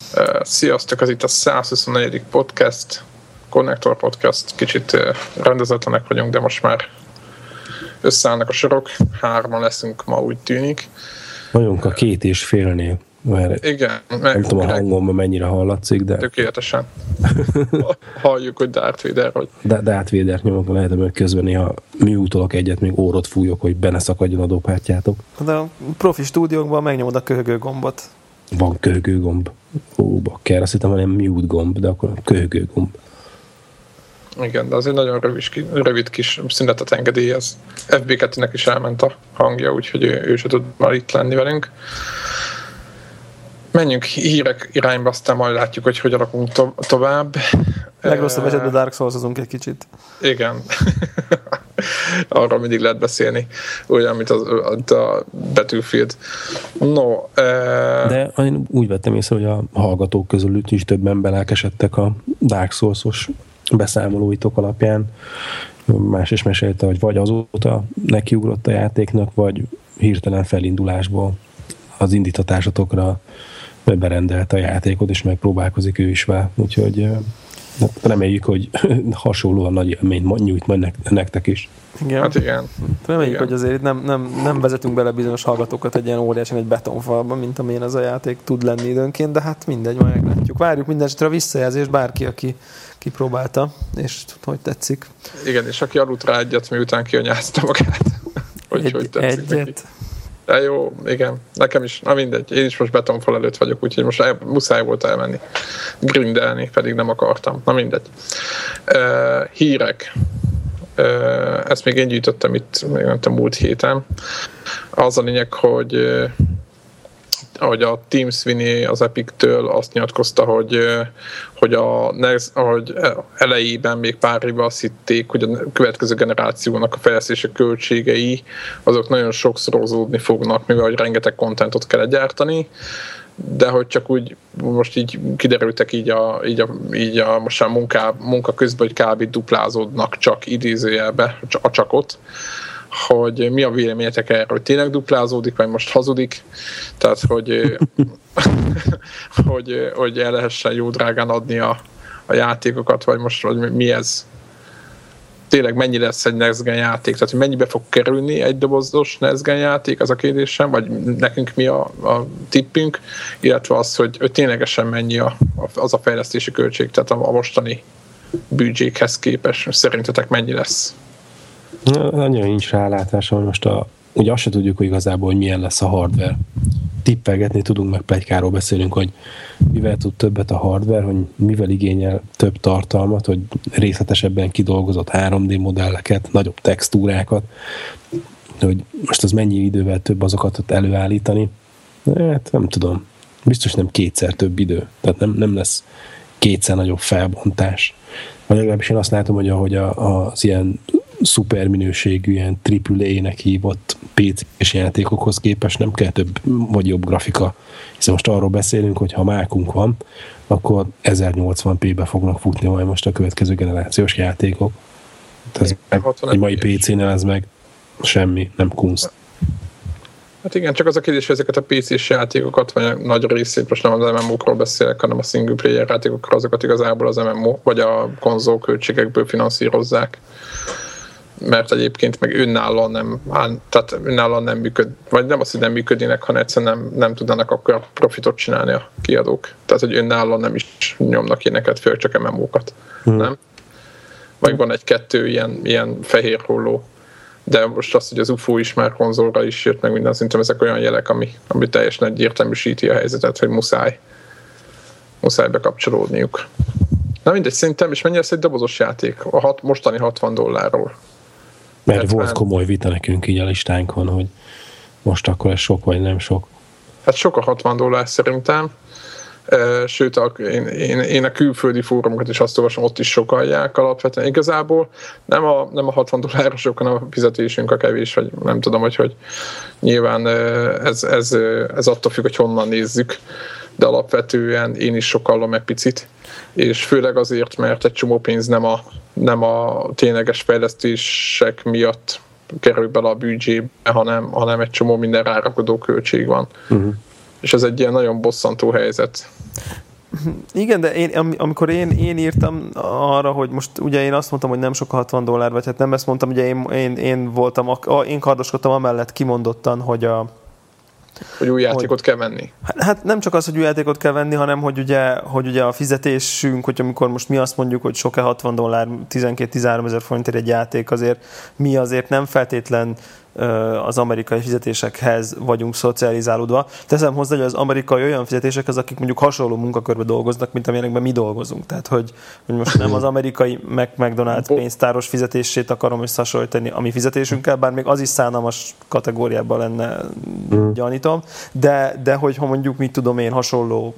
Sziasztok, ez itt a 124. podcast, Connector Podcast. Kicsit rendezetlenek vagyunk, de most már összeállnak a sorok. 3-an leszünk ma, úgy tűnik. Vagyunk a 2,5-nél. Mert igen. Nem tudom a hangomban mennyire hallatszik, de... Tökéletesen. Halljuk, hogy Darth Vader vagy. Darth Vader nyomok, lehet, hogy közben néha műútolok egyet, még órot fújok, hogy be ne szakadjon a dobhártyátok. De a profi stúdiókban megnyomod a köhögő gombot. Van köhögő gomb. Ó, bakker, azt hittem, hogy nem mute gomb, de akkor köhögő gomb. Igen, de azért nagyon rövid kis szünetet engedélyez. FB2-nek is elment a hangja, úgyhogy ő se tud már itt lenni velünk. Menjünk hírek irányba, aztán majd látjuk, hogy alakunk tovább. Legrosszabb esetben Dark Souls-ozunk egy kicsit. Igen. Arról mindig lehet beszélni. Olyan, mint a Battlefield. No. De én úgy vettem észre, hogy a hallgatók közül is többen belelkesedtek a Dark Souls-os beszámolóitok alapján. Más is mesélte, hogy vagy azóta nekiugrott a játéknak, vagy hirtelen felindulásból az indítatásotokra berendelt a játékot, és megpróbálkozik ő is vele. Úgyhogy reméljük, hogy hasonlóan nagy élményt nyújt majd nektek is. Igen. Hát igen. Reméljük, hogy azért nem vezetünk bele bizonyos hallgatókat egy ilyen óriási egy betonfalba, mint amilyen az a játék tud lenni időnként, de hát mindegy, majd meglátjuk. Várjuk mindenesetre a visszajelzést, bárki, aki kipróbálta, és hogy tetszik. Igen, és aki aludt rá egyet, miután kianyázta magát. Hogy tetszik egyet. neki. De jó, igen. Nekem is, na mindegy. Én is most betonfal előtt vagyok, úgyhogy most muszáj volt elmenni. Grindelni, pedig nem akartam. Na mindegy. Hírek. Ezt még én gyűjtöttem itt, még a múlt héten. Az a lényeg, hogy a Tim Sweeney az Epic-től azt nyilatkozta, hogy elejében még pár évvel azt hitték, hogy a következő generációnak a fejlesztési költségei azok nagyon sokszorozódni fognak, mivel hogy rengeteg contentot kell gyártani, de hogy csak úgy most így kiderültek így a most a munka közben, hogy kb. Duplázódnak csak idézőjelbe a csakot, hogy mi a véleményetek erről, hogy tényleg duplázódik, vagy most hazudik, tehát hogy el lehessen jó drágán adni a játékokat, vagy most vagy mi ez? Tényleg mennyi lesz egy Next Gen játék? Tehát hogy mennyibe fog kerülni egy dobozos Next Gen játék, az a kérdésem, vagy nekünk mi a tippünk, illetve az, hogy ténylegesen mennyi az a fejlesztési költség, tehát a mostani büdzsékhez képest. Szerintetek mennyi lesz? Annyira nincs rálátása, hogy most ugye azt se tudjuk, hogy igazából, hogy milyen lesz a hardware. Tippelgetni tudunk, meg pletykáról beszélünk, hogy mivel tud többet a hardware, hogy mivel igényel több tartalmat, hogy részletesebben kidolgozott 3D modelleket, nagyobb textúrákat, hogy most az mennyi idővel több azokat tud előállítani. Hát nem tudom. Biztos nem kétszer több idő. Tehát nem lesz kétszer nagyobb felbontás. Vagy legalábbis én azt látom, hogy ahogy az ilyen szuper minőségű, ilyen AAA-nek hívott PC-s játékokhoz képest nem kell több vagy jobb grafika. Hiszen most arról beszélünk, hogy ha mákunk van, akkor 1080p-be fognak futni majd most a következő generációs játékok. Ez egy mai PC-nél ez meg semmi, nem kunst. Hát igen, csak az a kérdés, hogy ezeket a PC-s játékokat, vagy a nagy részét, most nem az MMO-król beszélek, hanem a single player játékokról, azokat igazából az MMO, vagy a konzol költségekből finanszírozzák. Mert egyébként meg önállóan nem működ, vagy nem azt, hogy nem működnének, hanem egyszerűen nem tudnának akkor profitot csinálni a kiadók. Tehát, hogy önállóan nem is nyomnak ilyeneket föl, csak MMO-kat. Nem? Vagy van egy-kettő ilyen fehér holló. De most azt, hogy az UFO is már konzolra is jött, meg minden, szerintem ezek olyan jelek, ami teljesen egyértelműsíti a helyzetet, hogy muszáj bekapcsolódniuk. Na mindegy, szerintem, és mennyi lesz egy dobozos játék? A mostani $60. Mert volt komoly vita nekünk így a listánkon, hogy most akkor ez sok, vagy nem sok. Hát sok a $60 szerintem. Sőt, én a külföldi fórumokat is azt olvasom, ott is sokalják alapvetően. Igazából nem a $60-osok, hanem a fizetésünk a kevés, vagy nem tudom, hogy nyilván ez attól függ, hogy honnan nézzük, de alapvetően én is sokallom egy picit, és főleg azért, mert egy csomó pénz nem a tényleges fejlesztések miatt kerül bele a büdzsébe, hanem egy csomó minden rárakodó költség van. És ez egy ilyen nagyon bosszantó helyzet. Igen, de amikor én írtam arra, hogy most ugye én azt mondtam, hogy nem sok $60, vagy hát nem ezt mondtam, ugye én kardoskodtam amellett kimondottan, hogy új játékot kell venni. Hát nem csak az, hogy új játékot kell venni, hanem hogy ugye a fizetésünk, hogy amikor most mi azt mondjuk, hogy sok-e $60, 12-13 ezer forintért egy játék, azért mi azért nem feltétlen az amerikai fizetésekhez vagyunk szocializálódva. Teszem hozzá, hogy az amerikai olyan fizetésekhez, akik mondjuk hasonló munkakörbe dolgoznak, mint amilyenekben mi dolgozunk. Tehát, hogy most nem az amerikai McDonald's pénztáros fizetését akarom összehasonlítani a mi fizetésünkkel, bár még az is szánalmas kategóriában lenne, gyanítom, de hogyha mondjuk, mit tudom én, hasonló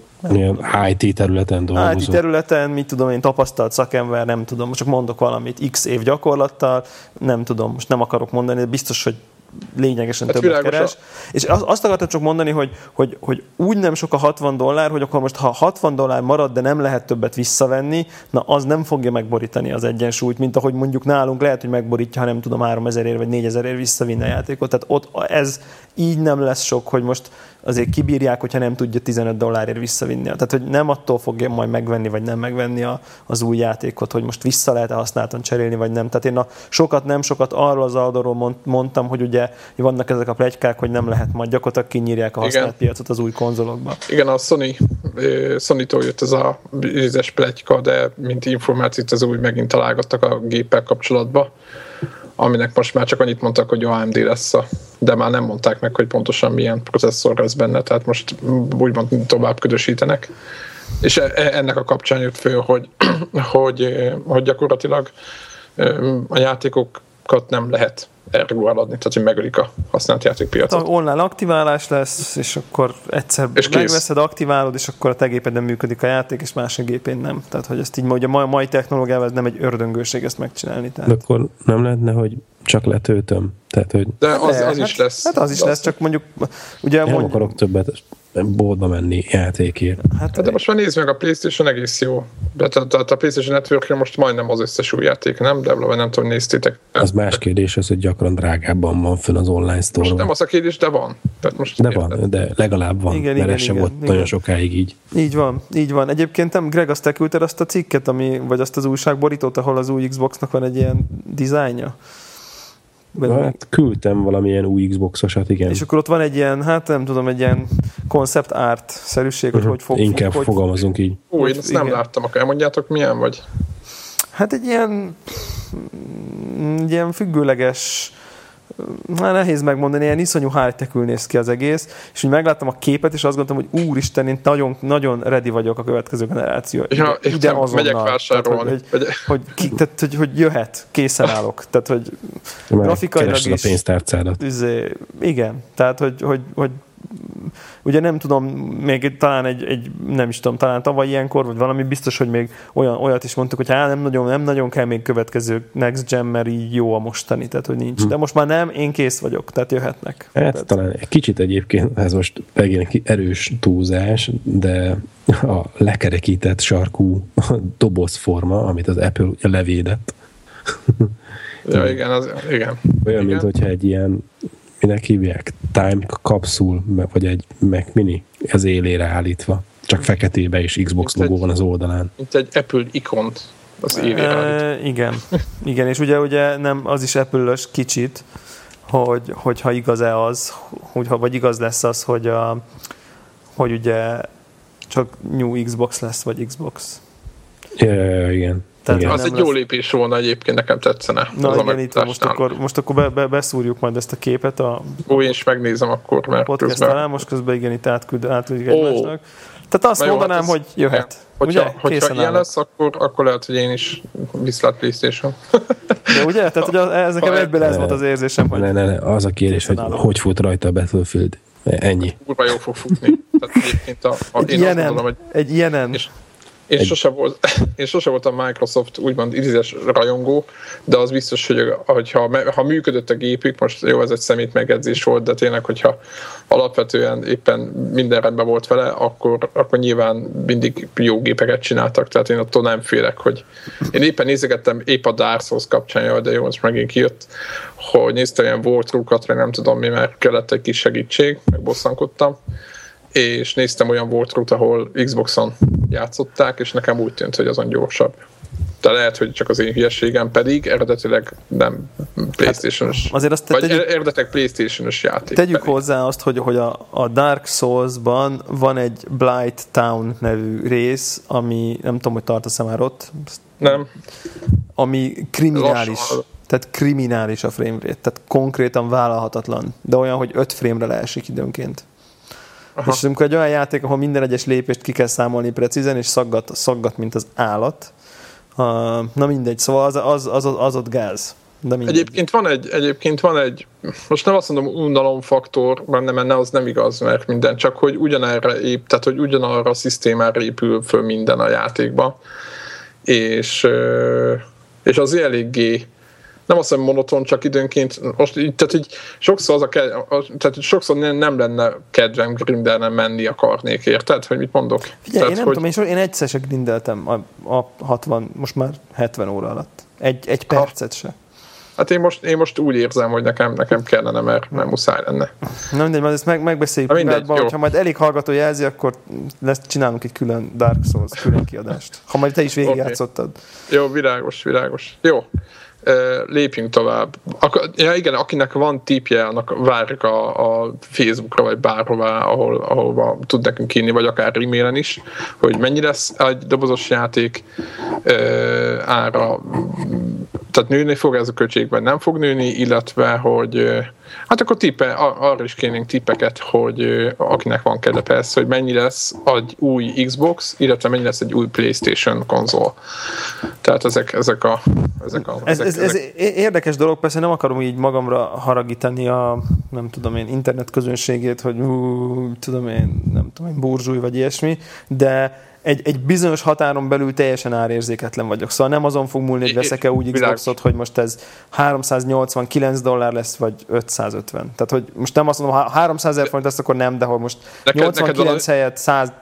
IT területen dolgozom. IT területen, mit tudom én, tapasztalt szakember, nem tudom, csak mondok valamit, X év gyakorlattal, nem tudom, most nem akarok mondani, de biztos, hogy lényegesen hát többet keres. És azt akartam csak mondani, hogy úgy nem sok a $60, hogy akkor most ha $60 marad, de nem lehet többet visszavenni, na az nem fogja megborítani az egyensúlyt, mint ahogy mondjuk nálunk lehet, hogy megborítja, ha nem tudom, 3000 vagy 4000 visszavinni a játékot. Tehát ott ez így nem lesz sok, hogy most azért kibírják, hogyha nem tudja $15 visszavinni. Tehát, hogy nem attól fogja majd megvenni, vagy nem megvenni az új játékot, hogy most vissza lehet-e használtan cserélni, vagy nem. Tehát én nem sokat arról az oldalról mondtam, hogy ugye vannak ezek a pletykák, hogy nem lehet majd gyakorlatilag kinyírják a használt piacot az új konzolokba. Igen, a Sony-tól jött ez a ízes pletyka, de mint információt az új megint találgattak a géppel kapcsolatba, aminek most már csak annyit mondtak, hogy AMD lesz, de már nem mondták meg, hogy pontosan milyen processzor lesz benne, tehát most úgymond tovább ködösítenek. És ennek a kapcsán jött föl, hogy gyakorlatilag a játékokat nem lehet erről adni, tehát hogy megölik a használt játékpiacot. Online aktiválás lesz, és akkor egyszer megveszed, aktiválod, és akkor a te gépeden működik a játék, és másik gépén nem. Tehát, hogy ezt így ugye a mai technológiával nem egy ördöngőség ezt megcsinálni. Tehát. De akkor nem lehetne, hogy csak letöltöm? Tehát, hogy... De az is lesz. Hát az is lesz, csak mondjuk... Ugye nem akarok többet boltba menni játékért. Hát de most már nézd meg, a PlayStation egész jó. De a PlayStation Network-re most majdnem az összes új játék, nem? De nem tudom, néztétek. Az más kérdés az, hogy gyakran drágábban van fönn az online store-ban. Most nem az a kérdés, de van. Tehát most de van, de legalább van, mert ez sem volt nagyon sokáig így. Így van. Egyébként Greg, azt te küldted azt a cikket, vagy azt az újságborítót, ahol az új Xboxnak van egy ilyen dizájnja? Hát küldtem valamilyen új Xbox-osat, igen. És akkor ott van egy ilyen, hát nem tudom, egy ilyen concept art-szerűség, hogy fog... Inkább fogalmazunk így. Én ezt nem láttam, akkor elmondjátok milyen vagy? Hát egy ilyen függőleges, már nehéz megmondani, ilyen iszonyú high-tech-ül néz ki az egész, és úgy megláttam a képet, és azt gondoltam, hogy úristen, én nagyon, nagyon ready vagyok a következő generáció. Ja, ide azonnal. Megyek vásárolni. hogy jöhet, készen állok. Tehát, hogy grafikailag is... a pénztárcádat. Igen, tehát, hogy ugye nem tudom, még talán nem is tudom, talán tavaly ilyenkor, vagy valami biztos, hogy még olyat is mondtuk, hogy nem nagyon kell még következő Next Gen, mert így jó a mostani, tehát hogy nincs. De most már nem, én kész vagyok, tehát jöhetnek. Hát tehát... talán egy kicsit egyébként, ez most megint erős túlzás, de a lekerekített sarkú dobozforma, amit az Apple levédett. Ja, igen. Olyan, igen. mint hogyha egy ilyen minek hívják? Time kapszul, vagy egy Mac Mini az élére állítva. Csak feketébe és Xbox logó van az oldalán. Mint egy Apple ikont az élére állítva. Igen, és ugye nem, az is Apple-ös kicsit, hogyha igaz-e az, vagy igaz lesz az, hogy ugye csak New Xbox lesz, vagy Xbox. Igen. Tehát az egy jó lépés volna egyébként, nekem tetszene. Na igen, itt most akkor beszúrjuk majd ezt a képet. Én is megnézem akkor, mert podcast talán, most közben igen, itt átküldjük egymásnak. Tehát azt mondanám, hogy jöhet. Hogyha ilyen lesz, akkor lehet, hogy én is viszlát PlayStation. De ugye? Tehát hogy ezeken egyből ez volt az érzésem, hogy... Ne, az a kérdés, hogy fut rajta a Battlefield. Ennyi. Kurva jó fog futni. Tehát egyébként egy ilyenen. Én sose voltam Microsoft úgymond idézes rajongó, de az biztos, hogy ha működött a gépük, most jó, ez egy szemét megjegyzés volt, de tényleg, hogyha alapvetően éppen minden rendben volt vele, akkor nyilván mindig jó gépeket csináltak, tehát én attól nem félek, hogy én éppen nézegettem épp a Dark Souls kapcsán, de jó, most megint kijött, hogy néztem ilyen walkthrough-kat, meg nem tudom mi, mert kellett egy kis segítség, meg bosszankodtam, és néztem olyan walkthrough-t, ahol Xboxon játszották, és nekem úgy tűnt, hogy azon gyorsabb. De lehet, hogy csak az én hülyeségem, pedig eredetileg nem PlayStation-os. Hát azért vagy eredetileg PlayStation-os játék. Tegyük pedig hozzá azt, hogy a Dark Souls-ban van egy Blight Town nevű rész, ami nem tudom, hogy tartasz-e már ott. Nem. Ami kriminális. Lassan. Tehát kriminális a frame rate. Tehát konkrétan vállalhatatlan. De olyan, hogy 5 frame-re leesik időnként. Aha. És amikor egy olyan játék, ahol minden egyes lépést ki kell számolni precízen, és szaggat, mint az állat. Na mindegy, szóval az ott gáz. De Egyébként van egy, most nem azt mondom unalomfaktor, mert az nem igaz, mert minden, csak hogy tehát hogy ugyanarra a szisztémára épül föl minden a játékban. És azért eléggé, nem azt mondom monoton, csak időnként, most, tehát így sokszor, sokszor nem lenne kedvem grindelnem, menni akarnék, érted? Hogy mit mondok? Figyelj, én nem tudom, én egyszer se grindeltem a 60, most már 70 óra alatt. Egy percet se. Hát én most úgy érzem, hogy nekem kellene, mert nem muszáj lenne. Na mindegy, majd ezt megbeszéljük pillanatban, hogyha majd elég hallgató jelzi, akkor csinálunk egy külön Dark Souls külön kiadást. Ha majd te is végigjátszottad. Okay. Jó, világos. Jó. Lépjünk tovább. Igen, akinek van tippje, annak várjuk a Facebookra, vagy bárhová, ahol tud nekünk írni, vagy akár e-mailen is, hogy mennyi lesz egy dobozos játék ára, tehát nőni fog ez a költség, vagy nem fog nőni, illetve, hogy hát akkor arra is kérnénk tippeket, hogy akinek van kedve persze, hogy mennyi lesz egy új Xbox, illetve mennyi lesz egy új PlayStation konzol. Tehát ezek a Ez érdekes dolog, persze nem akarom így magamra haragítani a, nem tudom én, internet közönségét, hogy nem tudom én, burzsúj vagy ilyesmi, de egy bizonyos határon belül teljesen árérzéketlen vagyok. Szóval nem azon fog múlni, hogy veszek-e úgy Xboxot, hogy most ez $389 lesz, vagy 550. Tehát, hogy most nem azt mondom, ha 300 000 forint lesz, akkor nem, de ha most 89 helyett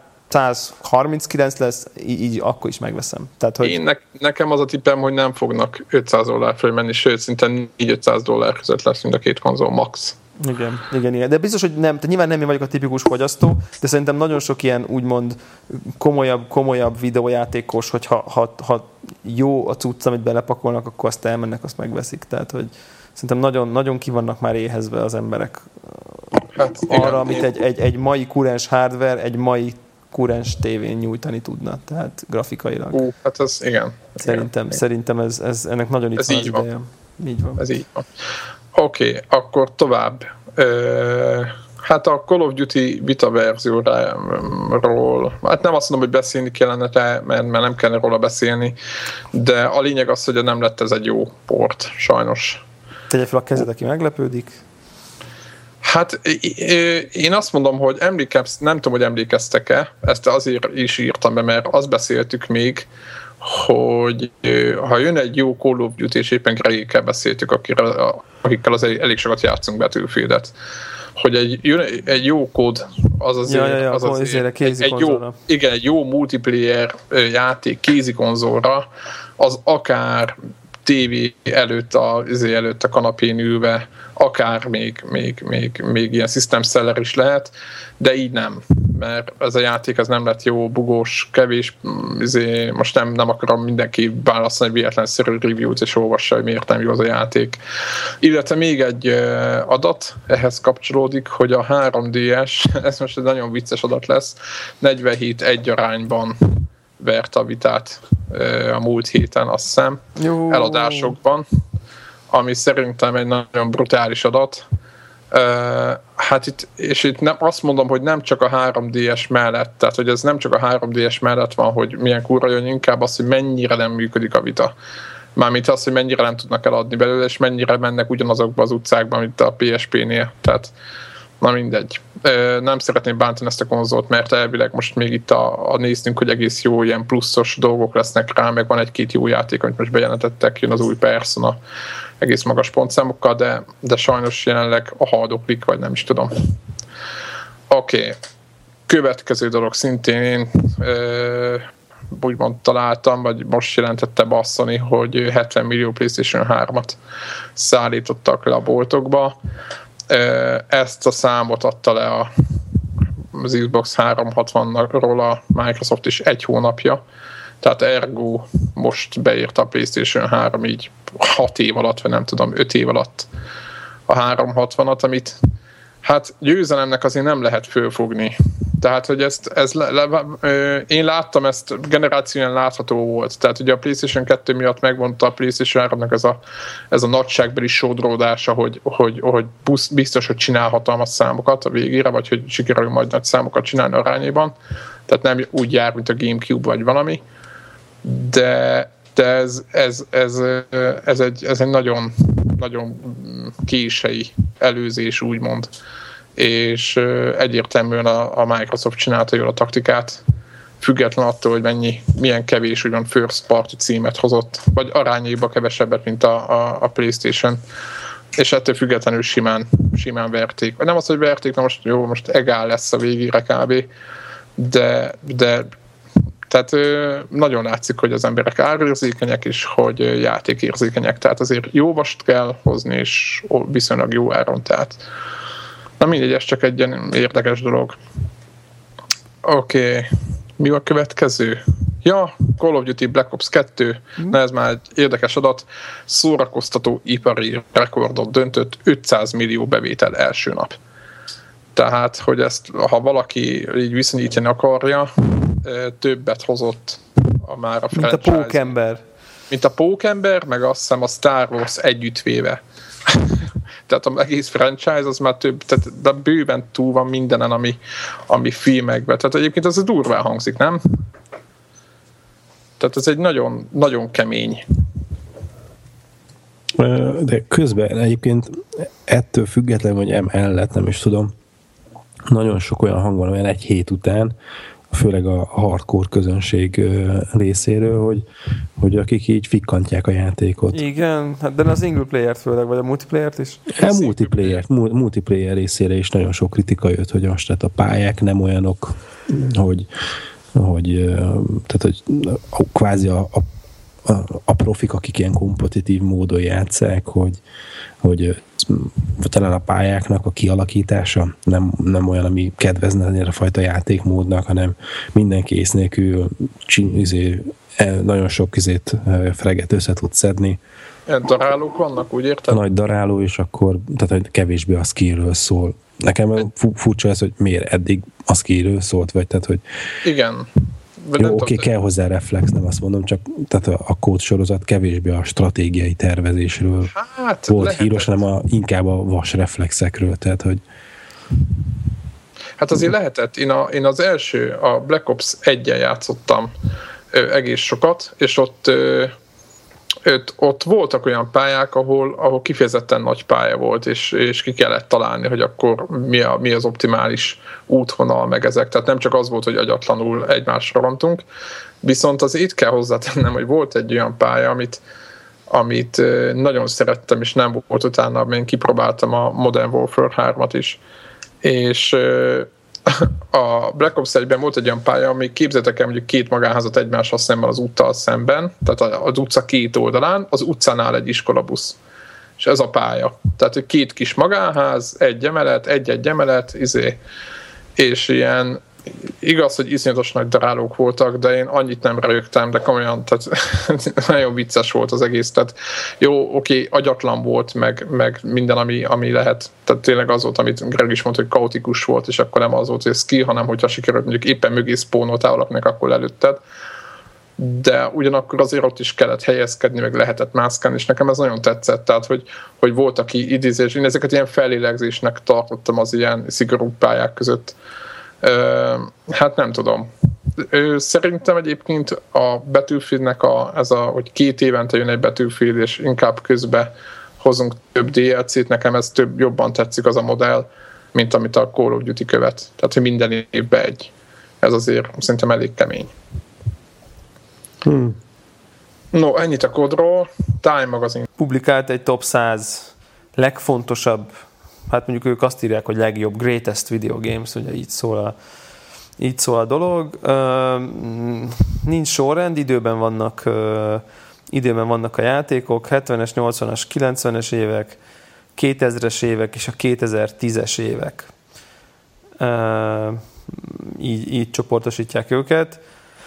139 lesz, így akkor is megveszem. Tehát, hogy nekem az a tippem, hogy nem fognak $500 fölmenni, sőt, szinte $400-500 között lesz mind a két konzol max. Igen. De biztos, hogy nem, tehát nyilván nem én vagyok a tipikus fogyasztó, de szerintem nagyon sok ilyen úgymond komolyabb videójátékos, hogy ha jó a cucc, amit belepakolnak, akkor azt elmennek, azt megveszik. Tehát, hogy szerintem nagyon, nagyon ki vannak már éhezve az emberek arra, amit egy mai kurens hardware, egy mai kurens tévén nyújtani tudna, tehát grafikailag. Hát ez igen. Szerintem ez ennek nagyon itt van az ideje. Így van. Ez így van. Oké, akkor tovább. Hát a Call of Duty Vita verzióról, hát nem azt mondom, hogy beszélni kellene, mert nem kellene róla beszélni, de a lényeg az, hogy nem lett ez egy jó port, sajnos. Tegye fel a kezed, aki meglepődik. Hát én azt mondom, hogy nem tudom, hogy emlékeztek-e, ezt azért is írtam be, mert azt beszéltük még, hogy ha jön egy jó Call of Duty, és éppen Gregékkel beszéltük, akikkel az elég sokat játszunk Battlefieldet, hogy egy jó kód az azért egy jó multiplayer játék kézikonzolra, az akár tévé előtt a kanapén ülve, akár még ilyen system seller is lehet, de így nem, mert ez a játék ez nem lett jó, bugós, kevés, most nem akarom mindenki válaszolni egy véletlenszerű review-t és olvassa, hogy miért nem jó az a játék. Illetve még egy adat ehhez kapcsolódik, hogy a 3DS, ez most egy nagyon vicces adat lesz, 47-1 arányban vert a Vitát a múlt héten, azt hiszem, eladásokban, ami szerintem egy nagyon brutális adat. Hát itt nem, azt mondom, hogy nem csak a 3DS mellett, tehát hogy ez nem csak a 3DS mellett van, hogy milyen kurva jön, inkább az, hogy mennyire nem működik a Vita. Mármint az, hogy mennyire nem tudnak eladni belőle, és mennyire mennek ugyanazokba az utcákban, mint a PSP-nél. Tehát na mindegy. Nem szeretném bántani ezt a konzolt, mert elvileg most még itt néztünk, hogy egész jó ilyen pluszos dolgok lesznek rá, meg van egy-két jó játék, amit most bejelentettek, jön az új Persona egész magas pontszámokkal, de sajnos jelenleg a haldoklik, vagy nem is tudom. Oké. Következő dolog szintén én úgymond találtam, vagy most jelentette be a Sony, hogy 70 millió PlayStation 3-at szállítottak le a boltokba. Ezt a számot adta le az Xbox 360-ról a Microsoft is 1 hónapja, tehát ergo most beírta a PlayStation 3 így 6 év alatt, vagy nem tudom, 5 év alatt a 360-at, amit hát győzelemnek azért nem lehet fölfogni. Tehát, hogy én láttam ezt, generációan látható volt. Tehát ugye a PlayStation 2 miatt megvonta a PlayStation 3-nak ez a nagyságbeli sodródása, hogy biztos, hogy csinál hatalmas számokat a végére, vagy hogy sikerül majd nagy számokat csinálni arányában. Tehát nem úgy jár, mint a GameCube vagy valami. De ez egy nagyon, nagyon késői előzés, úgymond. És egyértelműen a Microsoft csinálta jól a taktikát, független attól, hogy milyen kevés úgymond first party címet hozott, vagy arányaiba kevesebbet, mint a PlayStation, és ettől függetlenül simán verték. Nem az, hogy verték, na most egál lesz a végére kb. De tehát nagyon látszik, hogy az emberek árérzékenyek, és hogy játékérzékenyek, tehát azért jó vast kell hozni, és viszonylag jó áron, tehát na mindegy, ez csak egy ilyen érdekes dolog. Oké. Mi a következő? Ja, Call of Duty Black Ops 2, na ez már egy érdekes adat, szórakoztató ipari rekordot döntött, 500 millió bevétel első nap. Tehát, hogy ezt, ha valaki így viszonyítani akarja, többet hozott már a franchise. Mint a Pókember. Mint a Pókember, meg azt hiszem a Star Wars együttvéve. Tehát az egész franchise az már több, de bőven túl van mindenen, ami filmekben. Tehát egyébként az durván hangzik, nem? Tehát ez egy nagyon, nagyon kemény. De közben egyébként ettől függetlenül, hogy emellett, nem is tudom, nagyon sok olyan hang van, olyan egy hét után, főleg a hardcore közönség részéről, hogy akik így fikkantják a játékot. Igen, de az single player-t főleg, vagy a multiplayer-t is? A multiplayer részére is nagyon sok kritika jött, hogy most tehát a pályák nem olyanok, hogy kvázi a profik, akik ilyen kompetitív módon játsszák, hogy talán a pályáknak a kialakítása nem olyan, ami kedvezne a fajta játékmódnak, hanem mindenki ész nélkül nagyon sok freget össze tud szedni. Ilyen darálók vannak, úgy érted? Nagy daráló, és akkor tehát kevésbé a skillről szól. Nekem furcsa ez, hogy miért eddig a skillről szólt, vagy tehát, hogy igen. Jó, oké, kell hozzá reflex, nem azt mondom, csak tehát a kód sorozat kevésbé a stratégiai tervezésről volt híros, hanem inkább a vas reflexekről, tehát hogy... Hát azért lehetett. Én az első, a Black Ops 1-en játszottam egész sokat, és ott voltak olyan pályák, ahol kifejezetten nagy pálya volt, és ki kellett találni, hogy akkor mi az optimális útvonal, meg ezek. Tehát nem csak az volt, hogy agyatlanul egymásra rontunk, viszont az itt kell hozzátennem, hogy volt egy olyan pálya, amit nagyon szerettem, és nem volt utána, én kipróbáltam a Modern Warfare 3-at is, és a Black Ops 1-ben volt egy olyan pálya, ami képzeltek el mondjuk két magánházat egymással szemben az úttal szemben, tehát az utca két oldalán, az utcánál egy iskolabusz. És ez a pálya. Tehát két kis magánház, egy emelet, és ilyen igaz, hogy iszonyatos nagy darálók voltak, de én annyit nem rögtem, de komolyan, tehát nagyon vicces volt az egész. Tehát jó, oké, agyatlan volt, meg minden, ami lehet. Tehát tényleg az volt, amit Greg is mondta, hogy kaotikus volt, és akkor nem az volt, hogy skill, hanem hogyha sikerült mondjuk éppen mögé spónoltál valakinek, akkor előtted. De ugyanakkor azért ott is kellett helyezkedni, meg lehetett mászkálni, és nekem ez nagyon tetszett. Tehát, hogy volt, aki idézés, én ezeket ilyen fellélegzésnek tartottam az ilyen szigorú pályák között. Hát nem tudom. Szerintem egyébként a Battlefieldnek hogy 2 évente jön egy Battlefield, és inkább közbe hozunk több DLC-t, nekem ez jobban tetszik az a modell, mint amit a Call of Duty követ. Tehát, hogy minden évben egy. Ez azért szerintem elég kemény. No, ennyit a kodról. Time Magazine publikált egy top 100 legfontosabb, hát mondjuk ők azt írják, hogy legjobb greatest video games, ugye így szól a dolog. Nincs sorrend, időben vannak a játékok, 70-es, 80-as, 90-es évek, 2000-es évek és a 2010-es évek. így csoportosítják őket.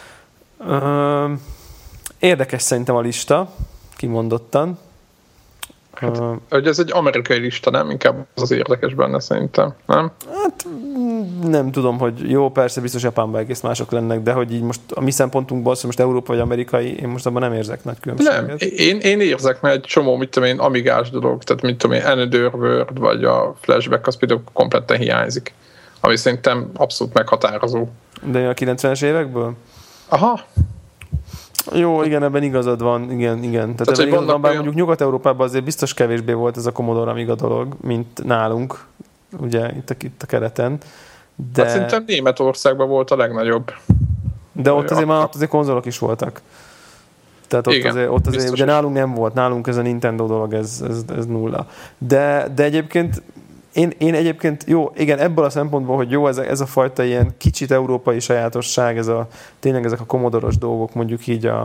Érdekes szerintem a lista, kimondottan. Hogy ez egy amerikai lista, nem? Inkább az érdekes benne szerintem, nem? Hát nem tudom, hogy jó, persze biztos Japánban egész mások lennek, de hogy így most a mi szempontunkból, most Európa vagy amerikai, én most abban nem érzek nagy különbséget. Nem, én érzek, mert egy csomó, mit tudom én, amigás dolog, tehát mit tudom én, Another World, vagy a Flashback, az például kompletten hiányzik, ami szerintem abszolút meghatározó. De a 90-es évekből? Aha. Jó, igen, ebben igazad van, igen. Tehát ebben igazad van, bár mondjuk Nyugat-Európában azért biztos kevésbé volt ez a Commodore Amiga dolog, mint nálunk, ugye itt a kereten. De... Hát szerintem Németországban volt a legnagyobb. De ott azért konzolok is voltak. Tehát ott azért ugye nálunk nem volt, nálunk ez a Nintendo dolog, ez nulla. De egyébként én egyébként, jó, igen, ebből a szempontból, hogy jó, ez a fajta ilyen kicsit európai sajátosság, tényleg ezek a Commodore-os dolgok, mondjuk így a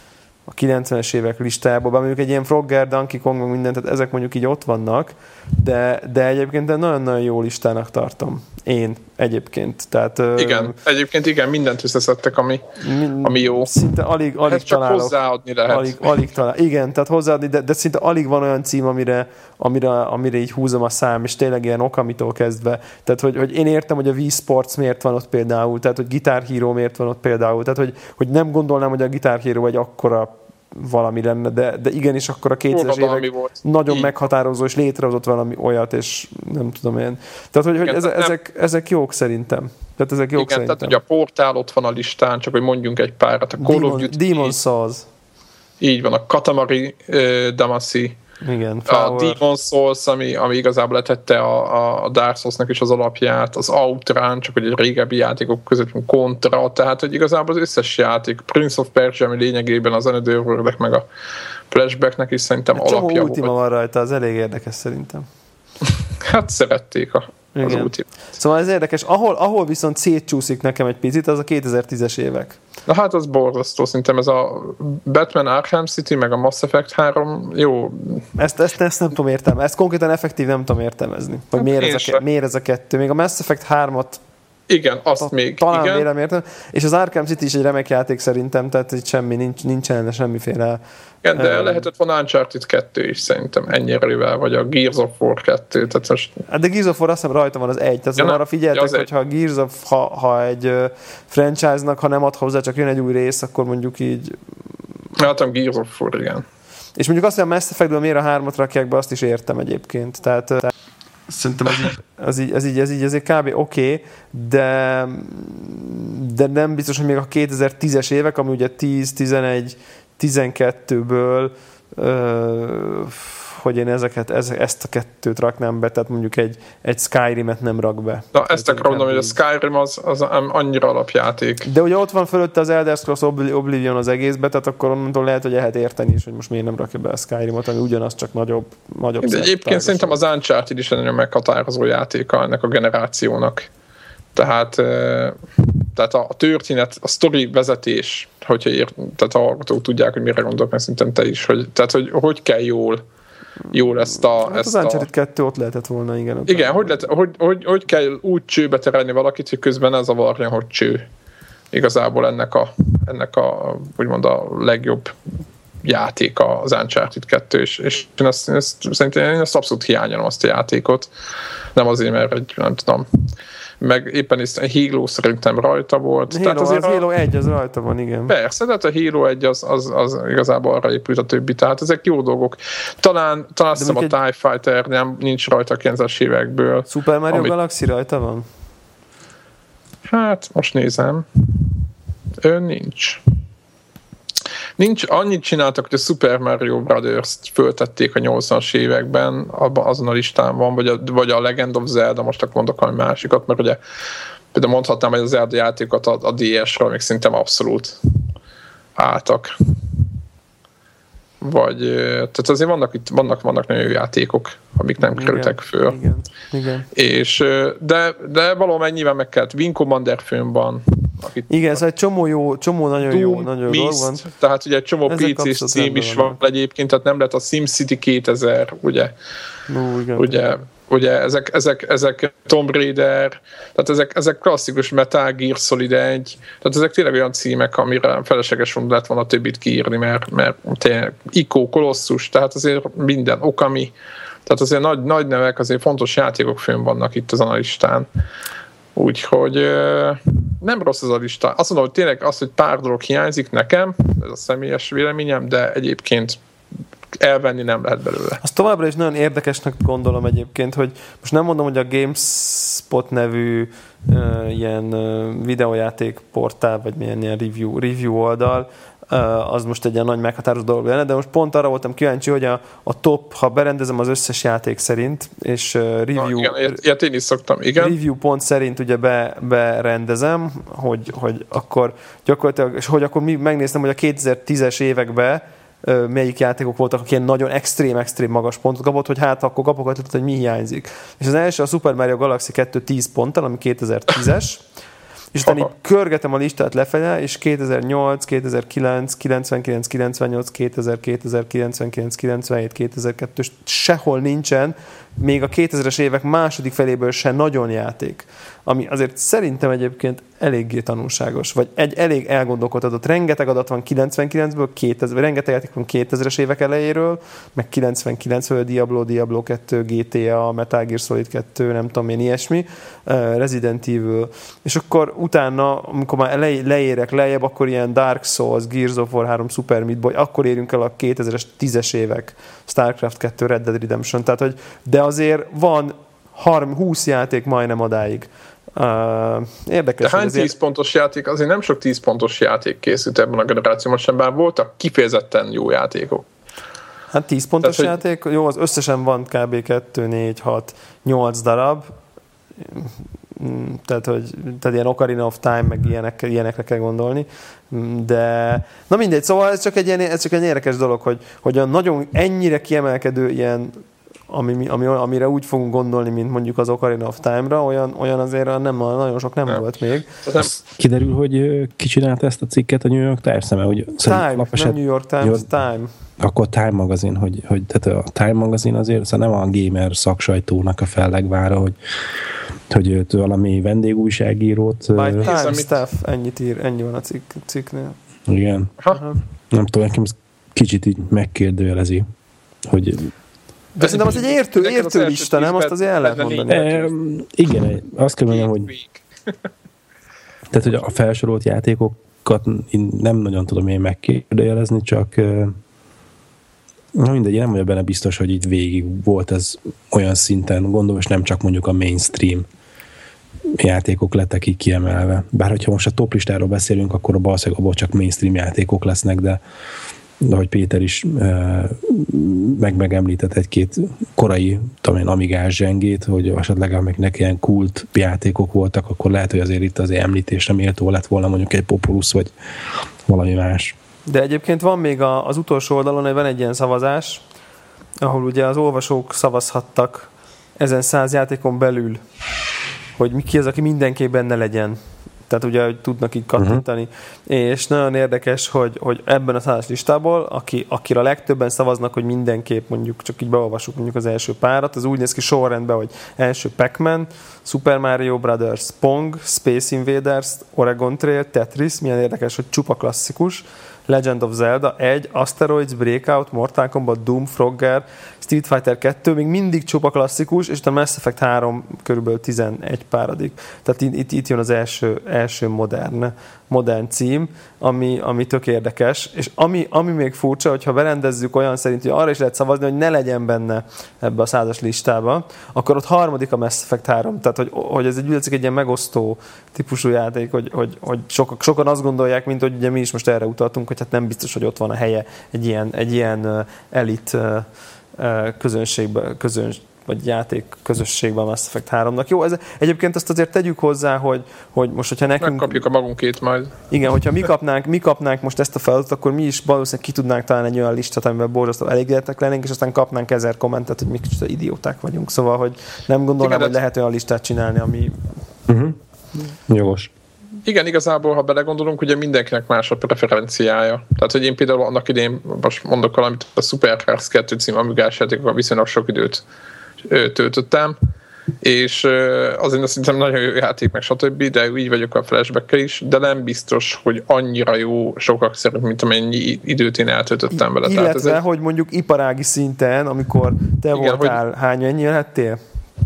90-es évek listájában, bár mondjuk egy ilyen Frogger, Donkey Kong, meg mindent, tehát ezek mondjuk így ott vannak, de egyébként nagyon-nagyon jó listának tartom. Én egyébként. Tehát, igen, mindent összeszedtek, ami jó. Szinte alig csak találok. Hozzáadni lehet. Alig talál. Igen, tehát hozzáadni, de szinte alig van olyan cím, amire így húzom a szám, és tényleg ilyen Okamitól kezdve. Tehát, hogy én értem, hogy a Wii Sports miért van ott például, tehát, hogy Guitar Hero miért van ott például, tehát, hogy nem gondolnám, hogy a Guitar Hero egy akkora valami lenne, de igenis akkor a 2000-es évek nagyon meghatározó, és létrehozott valami olyat, és nem tudom én. Tehát, hogy igen, ezek jók szerintem. Tehát ezek jók igen, szerintem. Tehát, hogy a Portál ott van a listán, csak hogy mondjunk egy párat. A Call of Duty. Demon's Souls. Így van, a Katamari Damacy. Igen, a Demon's Souls, ami igazából letette a Dark Souls-nak is az alapját, az Outrun, csak hogy egy régebbi játékok között Contra, tehát hogy igazából az összes játék, Prince of Persia, ami lényegében az Another World-ek meg a Flashbacknek is szerintem alapja volt. Csomó Ultima van rajta, az elég érdekes szerintem. Hát szerették az Ultima. Szóval ez érdekes. Ahol viszont szétcsúszik nekem egy picit, az a 2010-es évek. Na hát az borzasztó, szerintem ez a Batman Arkham City, meg a Mass Effect 3, jó. Ezt nem tudom értelmezni. Ezt konkrétan effektív nem tudom értelmezni. Hogy miért ez a kettő. Még a Mass Effect 3-at igen, azt még. Talán igen. vélem értem. És az Arkham City is egy remek játék szerintem, tehát itt nincsen semmiféle... Igen, de lehetett volna Uncharted 2 is szerintem ennyire, vagy a Gears of War 2. Tehát most... De Gears of War azt hiszem rajta van az egy. Tehát arra figyeltek, hogy ha Gears of, ha egy franchise-nak, ha nem ad hozzá, csak jön egy új rész, akkor mondjuk így... Hát a Gears of War, igen. És mondjuk azt, hogy a Mass Effectből miért a 3-at rakják be, azt is értem egyébként. Tehát szerintem ez így azért kb. Oké, de nem biztos, hogy még a 2010-es évek, ami ugye 10, 11, 12-ből hogy én ezt a kettőt raknám be, tehát mondjuk egy Skyrim-et nem rak be. Na, ezt akarom mondani, hogy a Skyrim az annyira alapjáték. De ugye ott van fölötte az Elder Scrolls Oblivion az egészbe, tehát akkor onnantól lehet, hogy lehet érteni is, hogy most miért nem rakja be a Skyrimot, ami ugyanaz, csak nagyobb de egyébként szerintem az Uncharted is egy meghatározó játéka ennek a generációnak. Tehát a történet, a sztori vezetés, hogyha tehát a hallgatók tudják, hogy mire gondolok, mert szerintem te is, hogy kell jól ezt a... Hát az Uncharted 2 ott lehetett volna, igen. Igen, hogy kell úgy csőbe terelni valakit, hogy közben ne zavarjon, hogy cső. Igazából ennek a úgymond a legjobb játéka az Uncharted 2, és én szerintem ezt abszolút hiányolom, azt a játékot. Nem azért, mert nem tudom, meg éppen is a Halo szerintem rajta volt. Halo 1 az rajta van, igen. Persze, de a Halo 1 az igazából arra épült a többi, tehát ezek jó dolgok. Talán azt hiszem a TIE Fighter nincs rajta a 90-es évekből. Super Mario Galaxy rajta van? Hát, most nézem. Nincs, annyit csináltak, hogy a Super Mario Brothers-t föltették a 80-as években, azon a listán van, vagy a Legend of Zelda, most akkor mondok valami másikat, mert ugye például mondhatnám, hogy az Zelda játékokat a DS-ről még szerintem abszolút álltak. Vagy, tehát azért vannak nagyon jó játékok, amik nem kerültek föl. Igen. És, de valamennyivel meg kellett. Wing Commander fönn van. Igen, szóval egy csomó nagyon jó dolog van. Tehát ugye egy csomó PC-s cím is van egyébként, tehát nem lett a SimCity 2000, ugye? Igen. Ugye ugye ezek Tomb Raider, tehát ezek klasszikus Metal Gear Solid 1, tehát ezek tényleg olyan címek, amire felesleges lett volna többit kiírni, mert tényleg Ico, Colossus, tehát azért minden, Okami, tehát azért nagy nevek, azért fontos játékok fönn vannak itt azon a listán. Úgyhogy nem rossz ez a lista. Azt mondom, hogy tényleg az, hogy pár dolog hiányzik nekem, ez a személyes véleményem, de egyébként elvenni nem lehet belőle. Azt továbbra is nagyon érdekesnek gondolom egyébként, hogy most nem mondom, hogy a GameSpot nevű ilyen videójáték portál, vagy milyen ilyen review oldal, az most egy ilyen nagy meghatározó dolog lenne, de most pont arra voltam kíváncsi, hogy a top, ha berendezem az összes játék szerint, és review, igen, én is szoktam, igen. Review pont szerint ugye berendezem, hogy akkor gyakorlatilag, és hogy akkor megnéztem, hogy a 2010-es években melyik játékok voltak, akik ilyen nagyon extrém magas pontot kapott, hogy hát akkor kapok ötletet, hogy mi hiányzik. És az első a Super Mario Galaxy 2 10 ponttal, ami 2010-es, és utána így körgetem a listát lefele, és 2008, 2009, 99, 98, 2000, 2099, 97, 2002, sehol nincsen, még a 2000-es évek második feléből se nagyon játék. Ami azért szerintem egyébként eléggé tanulságos, vagy elég elgondolkodhatott. Rengeteg adat van 99-ből, rengeteg játék van 2000-es évek elejéről, meg 99-ből Diablo 2, GTA, Metal Gear Solid 2, nem tudom én, ilyesmi, Resident Evil. És akkor utána, amikor már leérek lejjebb, akkor ilyen Dark Souls, Gears of War 3, Super Meat Boy, akkor érünk el a 2000-es 10-es évek, Starcraft 2, Red Dead Redemption, tehát hogy de azért van 20 játék majdnem odáig. Érdekes. De hány 10 pontos játék? Azért nem sok 10 pontos játék készült ebben a generációban sem, bár voltak kifejezetten jó játékok. Hát 10 pontos tehát, játék, jó, az összesen van kb. 2, 4, 6, 8 darab. Tehát ilyen Ocarina of Time, meg ilyenekre kell gondolni. De, na mindegy, szóval ez csak egy érdekes dolog, hogy a nagyon ennyire kiemelkedő ilyen amire úgy fogunk gondolni, mint mondjuk az Ocarina of Time-ra, olyan azért nagyon sok nem volt még. Kiderül, hogy ki csinálta ezt a cikket a New York Times, mert hogy Time, nem New York Times, Time. Akkor Time magazin, hogy tehát a Time magazin azért szóval nem a gamer szaksajtónak a fellegvára, hogy őt valami vendégújságírót... By Time Staff, ennyi van a cikknél. Igen. Nem tudom, nekem ez kicsit így megkérdőjelezi, hogy... De szerintem az egy értő lista, nem? Azt azért el lehet mondani. Igen, azt kell mondjam, hogy tehát, hogy a felsorolt játékokat én nem nagyon tudom én megkérdőjelezni, csak na mindegy, én nem vagyok benne biztos, hogy itt végig volt ez olyan szinten, gondolom, és nem csak mondjuk a mainstream játékok lettek így kiemelve. Bár hogyha most a top listáról beszélünk, akkor valószínűleg abból csak mainstream játékok lesznek, de ahogy Péter is megemlített egy-két korai Amigás zsengét, hogy esetleg amiknek ilyen kult játékok voltak, akkor lehet, hogy azért itt azért említésre méltó lett volna mondjuk egy Populus, vagy valami más. De egyébként van még az utolsó oldalon, hogy van egy ilyen szavazás, ahol ugye az olvasók szavazhattak ezen 100 játékon belül, hogy ki az, aki mindenképp benne legyen. Tehát ugye, hogy tudnak így kattintani. És nagyon érdekes, hogy ebben a 100 listából, akire a legtöbben szavaznak, hogy mindenképp mondjuk, csak így beolvassuk mondjuk az első párat, az úgy néz ki sorrendben, hogy első Pac-Man, Super Mario Brothers, Pong, Space Invaders, Oregon Trail, Tetris, milyen érdekes, hogy csupa klasszikus, Legend of Zelda 1, Asteroids, Breakout, Mortal Kombat, Doom, Frogger, Street Fighter 2, még mindig csupa klasszikus, és a Mass Effect 3 körülbelül 11 páradik. Tehát itt jön az első modern cím, ami tök érdekes, és ami még furcsa, hogyha berendezzük olyan szerint, hogy arra is lehet szavazni, hogy ne legyen benne ebbe a 100-as listába, akkor ott harmadik a Mass Effect 3. Tehát, hogy ez egy ilyen megosztó típusú játék, hogy sokan azt gondolják, mint hogy ugye mi is most erre utaltunk, hogy hát nem biztos, hogy ott van a helye egy ilyen elit vagy játék közösségben a Mass Effect 3-nak. Jó, egyébként azt azért tegyük hozzá, hogy most, hogyha nekünk... Megkapjuk a magunkét majd. Igen, hogyha mi kapnánk most ezt a feladatot, akkor mi is valószínűleg ki tudnánk találni egy olyan listát, amivel borzasztó elégedettek lennénk, és aztán kapnánk 1000 kommentet, hogy mi kicsit idióták vagyunk. Szóval, hogy nem gondolnám, hogy lehet olyan listát csinálni, ami... Jogos. Igen, igazából, ha belegondolunk, ugye mindenkinek más a preferenciája. Tehát, hogy én például annak idén, most mondok valamit, a Super Cars 2 című Amigás játékokkal viszonylag sok időt és töltöttem, és azért szerintem nagyon jó játék, meg stb., de így vagyok a Flashback-kel is, de nem biztos, hogy annyira jó sokak szerint, mint amennyi időt én eltöltöttem vele. Illetve, hogy mondjuk iparági szinten, amikor te voltál, hány ennyi lettél?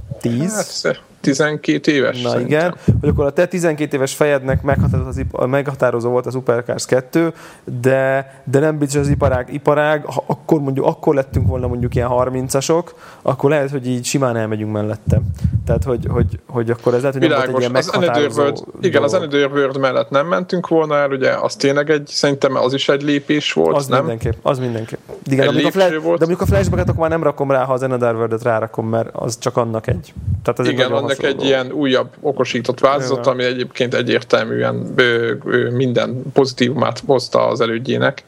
10? Hát, 12 éves. Na szerintem. igen, hogy akkor a te 12 éves fejednek meghatározó volt az Supercars 2, de nem biztos az iparág, akkor mondjuk akkor lettünk volna mondjuk ilyen 30-asok, akkor lehet, hogy így simán elmegyünk mellette. Tehát, hogy akkor ez lehet, hogy nem volt egy ilyen meghatározó igen, az Another World mellett nem mentünk volna el, ugye az tényleg szerintem az is egy lépés volt, az nem? Az mindenképp. Igen, de mondjuk a Flashback-et akkor már nem rakom rá, ha az Another World-et rárakom, mert az csak annak egy. Tehát az igen, annak egy ilyen újabb okosított változat, ami egyébként egyértelműen minden pozitívumát hozta az elődjének.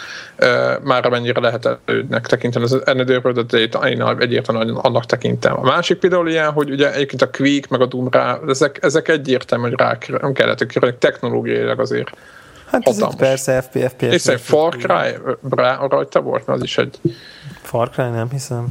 Már amennyire lehet elődnek tekinteni. Az Another World-et én egyértelműen annak tekintem. A másik például ilyen, hogy ugye egyébként a Quake meg a Doom ezek egyértelműen rá kellett kérni, technológiailag azért hát ez itt persze FPS. És szerintem Far Cry rajta volt, mert az is egy... Far Cry nem hiszem.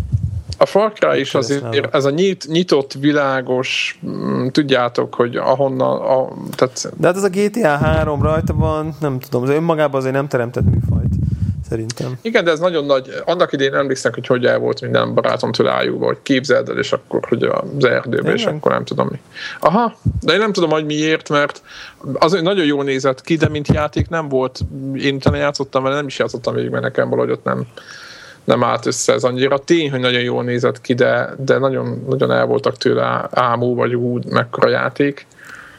A Far Cry is azért, ez a nyitott, világos, tudjátok, hogy ahonnan... Tehát... De hát ez a GTA 3 rajta van, nem tudom, az önmagában azért nem teremtett műfajt, szerintem. Igen, de ez nagyon nagy, annak idén emlékszem, hogy el volt minden barátom tőle ájúba, hogy képzeld el, és akkor, hogy az erdőbe, és akkor nem tudom mi. Aha, de én nem tudom, hogy miért, mert az nagyon jól nézett ki, de mint játék nem volt, én utána játszottam vele, nem is játszottam végig, mert nekem valahogy ott nem állt össze ez annyira. Tény, hogy nagyon jól nézett ki, de nagyon, nagyon el voltak tőle ámú, vagy mekkora játék.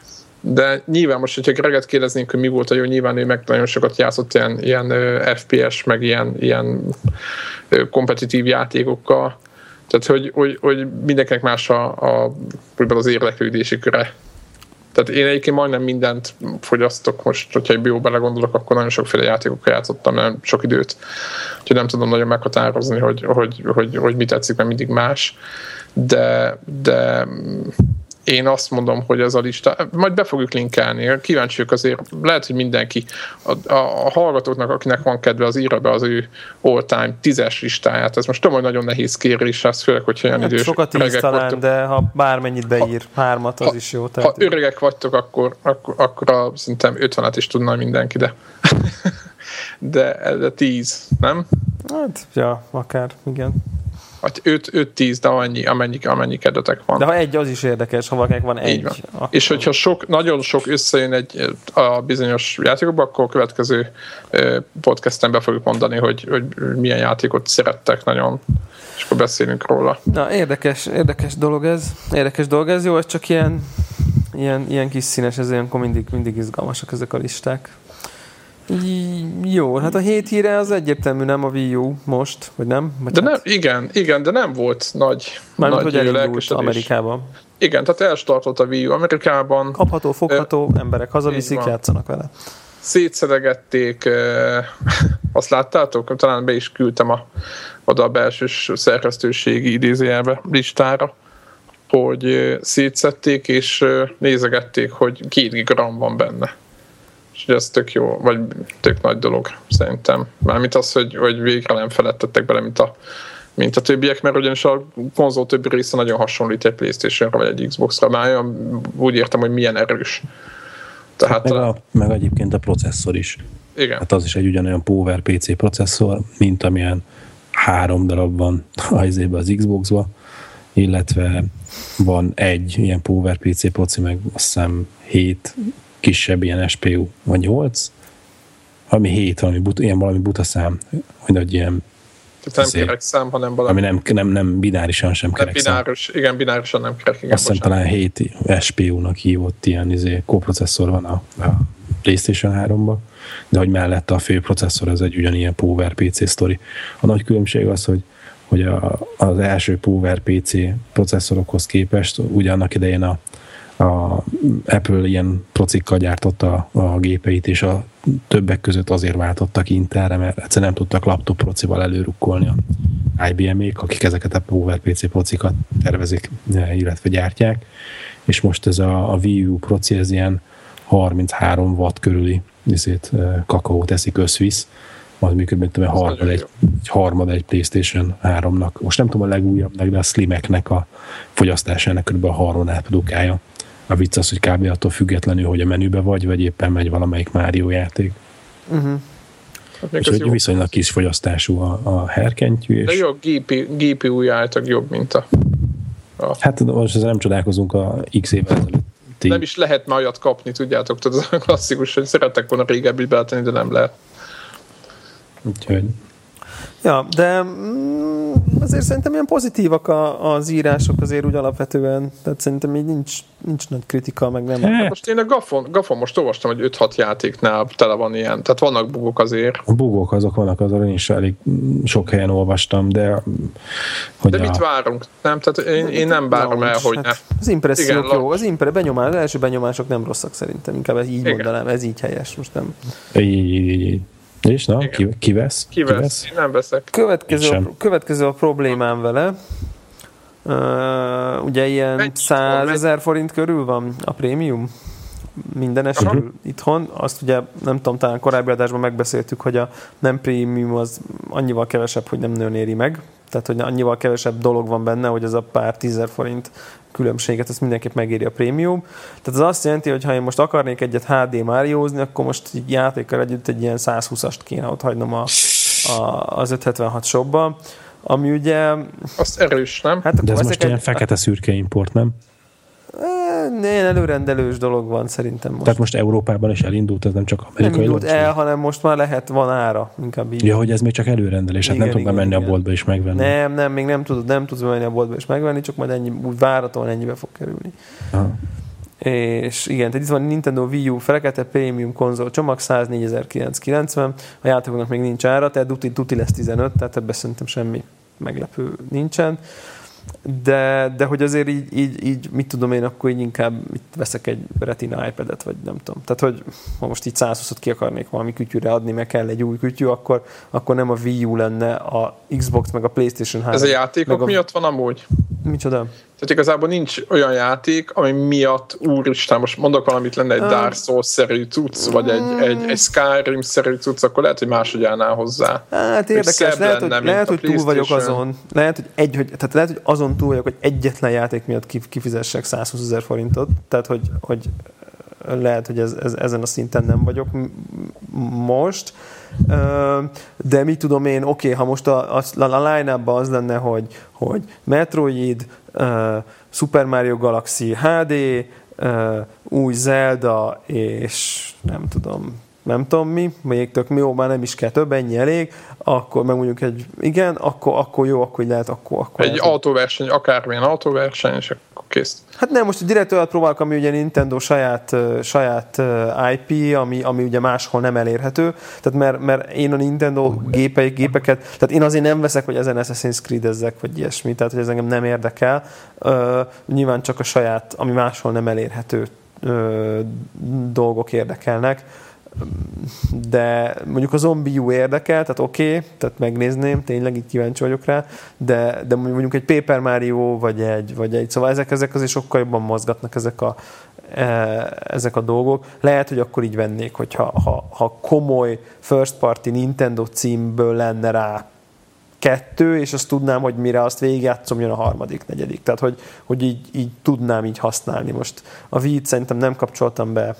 De nyilván most, hogyha Greget kérdeznénk, hogy mi volt a jó, nyilván ő meg nagyon sokat játszott ilyen FPS, meg ilyen kompetitív játékokkal. Tehát, hogy mindenkinek más az érdeklődési köre. Tehát én egyébként majdnem mindent fogyasztok most, hogyha jó belegondolok, akkor nagyon sokféle játékokkal játszottam, nem sok időt. Úgyhogy nem tudom nagyon meghatározni, hogy mi tetszik, mert mindig más. De én azt mondom, hogy ez a lista, majd be fogjuk linkelni, kíváncsiak azért, lehet, hogy mindenki, a hallgatóknak, akinek van kedve, az írja be az ő all-time 10-es listáját. Ez most tudom, hogy nagyon nehéz kérés, ez főleg, hogyha olyan idős sokat öregek talán, vagytok. De ha bármennyit beír, 3-at, az is jó. Tehát... Ha öregek vagytok, akkor szerintem 50-et is tudna mindenki, de 10, nem? Hát, ja, akár, igen. 5-10, de amennyi kedvetek van. De ha egy, az is érdekes, ha valakinek van egy. Van. Akkor... És hogyha nagyon sok összejön a bizonyos játékokba, akkor a következő podcasten be fogjuk mondani, hogy milyen játékot szerettek nagyon, és akkor beszélünk róla. Na, érdekes dolog ez. Jó, ez csak ilyen kis színes, ez ilyenkor mindig izgalmasak ezek a listák. Jó, hát a hét híre az egyértelmű, nem a Wii U most, vagy nem? Vagy de hát... nem, igen, de nem volt nagy mármint, hogy elindult Amerikában. Igen, tehát elstartott a Wii U Amerikában. Kapható, fogható, emberek hazaviszik, játszanak vele. Szétszedegették, azt láttátok? Talán be is küldtem oda a belsős szerkesztőségi idézőjelbe listára, hogy szétszették és nézegették, hogy 2 gigram van benne. És ez tök jó, vagy tök nagy dolog szerintem. Mármint az, hogy végre nem feledtettek bele, mint a többiek, mert ugyanis a konzol többi része nagyon hasonlít egy PlayStation-ra, vagy egy Xbox-ra. Már úgy értem, hogy milyen erős. Tehát meg egyébként a processzor is. Igen. Hát az is egy ugyanolyan Power PC processzor, mint amilyen 3 darab van az Xbox-ba, illetve van egy ilyen Power PC proci, meg azt hiszem 7 kisebb ilyen SPU, vagy 8, ami 7, valami buta szám, hogy ilyen tehát nem kerek szám, hanem valami... Ami nem binárisan sem kerek szám. Igen, binárisan nem kerek. Igen, azt hiszem talán 7 SPU-nak hívott ilyen koprocesszor van a PlayStation 3-ban, de hogy mellette a fő processzor az egy ugyanilyen Power PC sztori. A nagy különbség az, hogy az első Power PC processzorokhoz képest ugyanannak idején a Apple ilyen procikkal gyártotta a gépeit, és a többek között azért váltottak Intelre, mert egyszerűen nem tudtak laptop procival előrukkolni a IBM-ék, akik ezeket a Power PC procikat tervezik, illetve gyártják, és most ez a Wii U proci, ez ilyen 33 watt körüli kakaót eszik összvisz, az működik, mint egy harmad egy PlayStation 3-nak. Most nem tudom a legújabbnak, de a Slimeknek a fogyasztásának kb. A harmadát produkálja. A vicc az, hogy kb. Attól függetlenül, hogy a menübe vagy éppen megy valamelyik Mario játék. És hogy viszonylag kis fogyasztású a herkentyű. De jó, GPU-ja általában jobb, mint a... Hát most ezzel nem csodálkozunk a X évvel ezelőtt. Nem is lehet már olyat kapni, tudjátok, tehát ez a klasszikus, hogy szerettek volna régebbi beletenni, de nem lehet. Úgyhogy... Ja, de azért szerintem ilyen pozitívak az írások azért úgy alapvetően, tehát szerintem így nincs nagy kritika, meg nem. Hát most én a Gafon most olvastam, hogy 5-6 játéknál tele van ilyen, tehát vannak bugok azért. A bugok azok vannak, azon én is elég sok helyen olvastam, de... De mit várunk? Nem? Tehát én nem várom el, hogy ne. Az impressziók jó, az első benyomások nem rosszak szerintem, inkább így mondanám, ez így helyes, most nem. Így. És na, ki vesz? Én nem veszek. Következő a problémám vele. Ugye ilyen 100 000 forint körül van a prémium. Minden esetben itthon. Azt ugye nem tudom, talán korábbi adásban megbeszéltük, hogy a nem prémium az annyival kevesebb, hogy nem nagyon éri meg. Tehát, hogy annyival kevesebb dolog van benne, hogy az a pár 10 000 forint különbséget, ezt mindenképp megéri a prémium. Tehát az azt jelenti, hogy ha én most akarnék egyet HD Mariózni, akkor most így játékkal együtt egy ilyen 120-ast kéne ott hagynom az 576 shopba, ami ugye... Azt erős, nem? Hát de ez most ilyen fekete-szürke import, nem? Ilyen előrendelős dolog van szerintem most. Tehát most Európában is elindult, ez nem csak amerikai. Nem indult el, hanem most már van ára, inkább így. Ja, hogy ez még csak előrendelés, hát nem tudok bemenni a boltba is megvenni. Nem, még nem tudsz bemenni a boltba is megvenni, csak majd ennyi, úgy várhatóan ennyibe fog kerülni. Aha. És igen, tehát itt van Nintendo Wii U fekete Premium konzol csomag, 104.990, a játékoknak még nincs ára, tehát tuti lesz 15, tehát ebben szerintem semmi meglepő nincsen. De hogy azért így mit tudom én, akkor így inkább veszek egy Retina iPad-et, vagy nem tudom. Tehát, hogy ha most így 120-ot ki akarnék valami kütyűre adni, meg kell egy új kütyű, akkor nem a Wii U lenne a Xbox, meg a PlayStation 3. Ez a játékok miatt van amúgy? Micsoda? Tehát igazából nincs olyan játék, ami miatt, úristen, most mondok valamit, lenne egy Dark Souls-szerű cucc, vagy egy Skyrim-szerű cucc, akkor lehet, hogy máshogy állnál hozzá. Hát érdekes, lehet, hogy túl vagyok azon. Lehet, hogy azon túl vagyok, hogy egyetlen játék miatt kifizessek 120 000 forintot. Tehát, hogy lehet, hogy ezen a szinten nem vagyok most. De mit tudom én, oké, ha most a line-upban az lenne, hogy Metroid, Super Mario Galaxy HD, új Zelda, és nem tudom mi, még tök jó, már nem is kell több, ennyi elég, akkor meg mondjuk akkor jó, akkor lehet, akkor egy autóverseny, akármilyen autóverseny, és akkor kész. Hát nem, most direkt olyat próbálok, ami ugye Nintendo saját IP, ami ugye máshol nem elérhető, tehát mert én a Nintendo gépeket, tehát én azért nem veszek, hogy ezen Assassin's Creed-ezzek, vagy ilyesmi, tehát hogy ez engem nem érdekel, nyilván csak a saját, ami máshol nem elérhető dolgok érdekelnek, de mondjuk a Zombie U érdekel, tehát oké, tehát megnézném, tényleg itt kíváncsi vagyok rá, de mondjuk egy Paper Mario, vagy egy szóval ezek azért sokkal jobban mozgatnak ezek a dolgok. Lehet, hogy akkor így vennék, hogyha komoly first party Nintendo címből lenne rá 2, és azt tudnám, hogy mire azt végigjátszom, jön a 3., 4. Tehát, hogy így tudnám így használni. Most a Wii-t szerintem nem kapcsoltam be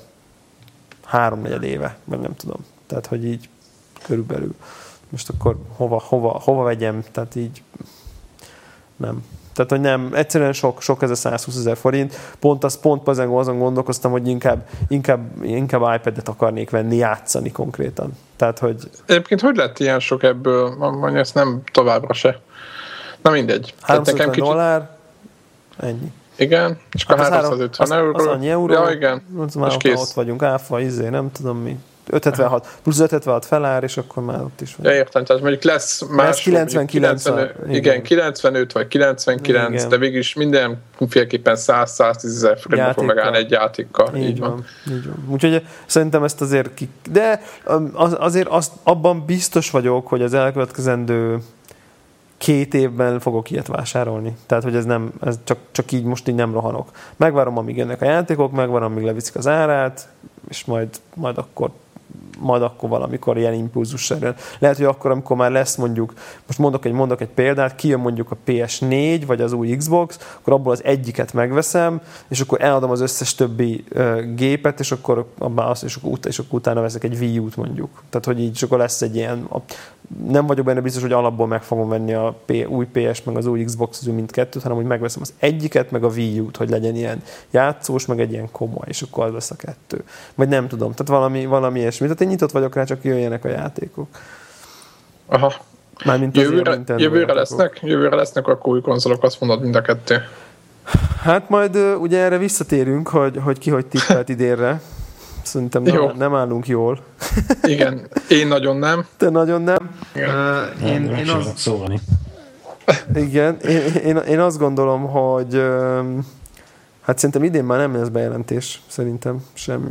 3-4 éve, vagy nem tudom. Tehát, hogy így körülbelül. Most akkor hova vegyem? Tehát így nem. Tehát, hogy nem, egyszerűen sok ez a 120 000 forint. Pont azon gondolkoztam, hogy inkább iPad-et akarnék venni, játszani konkrétan. Tehát, hogy... Egyébként hogy lett ilyen sok ebből? Mondja, ezt nem továbbra se. Na mindegy. $350, ennyi. Igen, és akkor 350 euró. Az annyi euró. Ja, igen. És kész. Ott vagyunk, áfa, nem tudom mi. 576, plusz 576 felár, és akkor már ott is van. Ja, értem, tehát mondjuk lesz más 99 igen, 95 vagy 99, igen. De végülis mindenféleképpen 100-110 000 forintba fog megállni egy játékkal. Így van. Úgyhogy szerintem ezt azért de azért abban biztos vagyok, hogy az elkövetkezendő 2 évben fogok ilyet vásárolni. Tehát, hogy ez csak így most így nem rohanok. Megvárom, amíg jönnek a játékok, megvárom, amíg leviszik az árát, és majd akkor majd akkor valamikor ilyen impulzussal. Lehet, hogy akkor, amikor már lesz mondjuk, most mondok egy példát, kijön mondjuk a PS4, vagy az új Xbox, akkor abból az egyiket megveszem, és akkor eladom az összes többi gépet, és akkor utána veszek egy Wii U-t mondjuk. Tehát, hogy így, és akkor lesz egy ilyen, nem vagyok benne biztos, hogy alapból meg fogom venni a új PS, meg az új Xbox mindkettőt, hanem hogy megveszem az egyiket, meg a Wii U-t, hogy legyen ilyen játszós, meg egy ilyen komoly, és akkor az lesz a kettő. Vagy nem tudom, tehát valami ilyesmi. Tehát én nyitott vagyok rá, csak jöjjenek a játékok. Aha. Mármint jövőre lesznek akkor új konzolok, azt mondod mind a kettő. Hát majd ugye erre visszatérünk, hogy ki hogy tippelt idénre. Szerintem nem állunk jól. Igen, én nagyon nem. Te nagyon nem. Én azt szólni. Igen, én azt gondolom, hogy hát szerintem idén már nem lesz bejelentés. Szerintem semmi.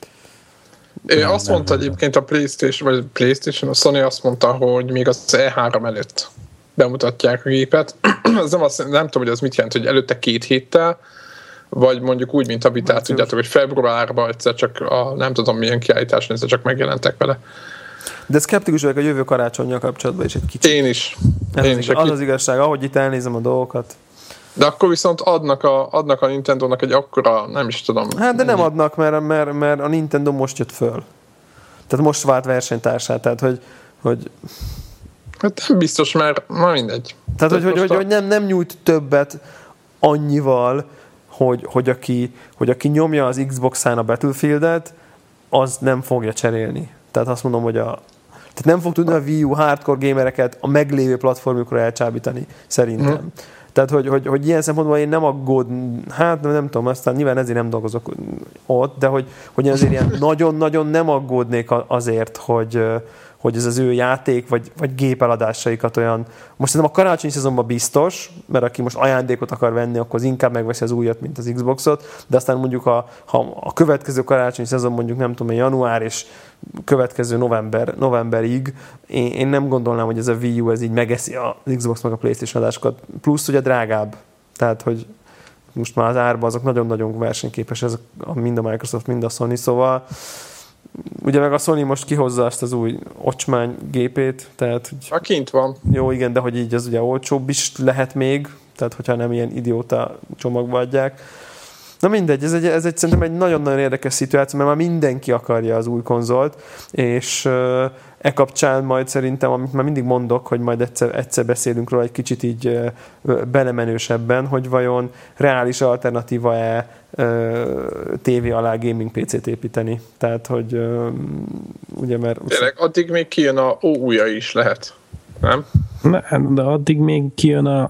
Azt mondta egyébként a PlayStation, a Sony azt mondta, hogy még az E3 előtt bemutatják a gépet. Nem tudom, hogy az mit jelent, hogy előtte 2 héttel, vagy mondjuk úgy, mint a vitát, tudjátok, hogy februárban egyszer csak nem tudom milyen kiállításon, egyszer csak megjelentek vele. De szkeptikus vagyok a jövő karácsonnyal kapcsolatban is egy kicsit. Én is. Az igazság, ahogy itt elnézem a dolgokat. De akkor viszont adnak a Nintendónak egy akkora, nem is tudom. Hát de nem adnak, mert a Nintendo most jött föl. Tehát most vált versenytársát, tehát hogy hát nem biztos, mert na mindegy. Tehát hogy nem nyújt többet annyival, hogy aki nyomja az Xbox-án a Battlefieldet, az nem fogja cserélni. Tehát azt mondom, hogy tehát nem fog tudni a Wii U hardcore gamereket a meglévő platformjukra elcsábítani, szerintem. Tehát, hogy ilyen szempontból én nem nem tudom, aztán nyilván ezért nem dolgozok ott, de hogy én azért ilyen nagyon-nagyon nem aggódnék azért, hogy ez az ő játék, vagy gépeladásaikat olyan... Most szerintem a karácsonyi szezonban biztos, mert aki most ajándékot akar venni, akkor az inkább megveszi az újat, mint az Xboxot, de aztán mondjuk ha a következő karácsonyi szezon mondjuk nem tudom, január és következő novemberig, én nem gondolnám, hogy ez a Wii U ez így megeszi az Xbox meg a PlayStation adásokat. Plusz ugye drágább. Tehát, hogy most már az árban azok nagyon-nagyon versenyképes, ez mind a Microsoft, mind a Sony, szóval ugye meg a Sony most kihozza ezt az új ocsmány gépét, tehát... Kint van. Jó, igen, de hogy így az ugye olcsóbb is lehet még, tehát hogyha nem ilyen idióta csomagba adják. Na mindegy, ez egy szerintem egy nagyon-nagyon érdekes szituáció, mert már mindenki akarja az új konzolt, és kapcsán majd szerintem, amit már mindig mondok, hogy majd egyszer beszélünk róla egy kicsit így belemenősebben, hogy vajon reális alternatíva-e tévé alá gaming PC-t építeni. Tehát, hogy ugye mert... Tényleg, addig még kijön a újja is lehet, nem? De addig még kijön a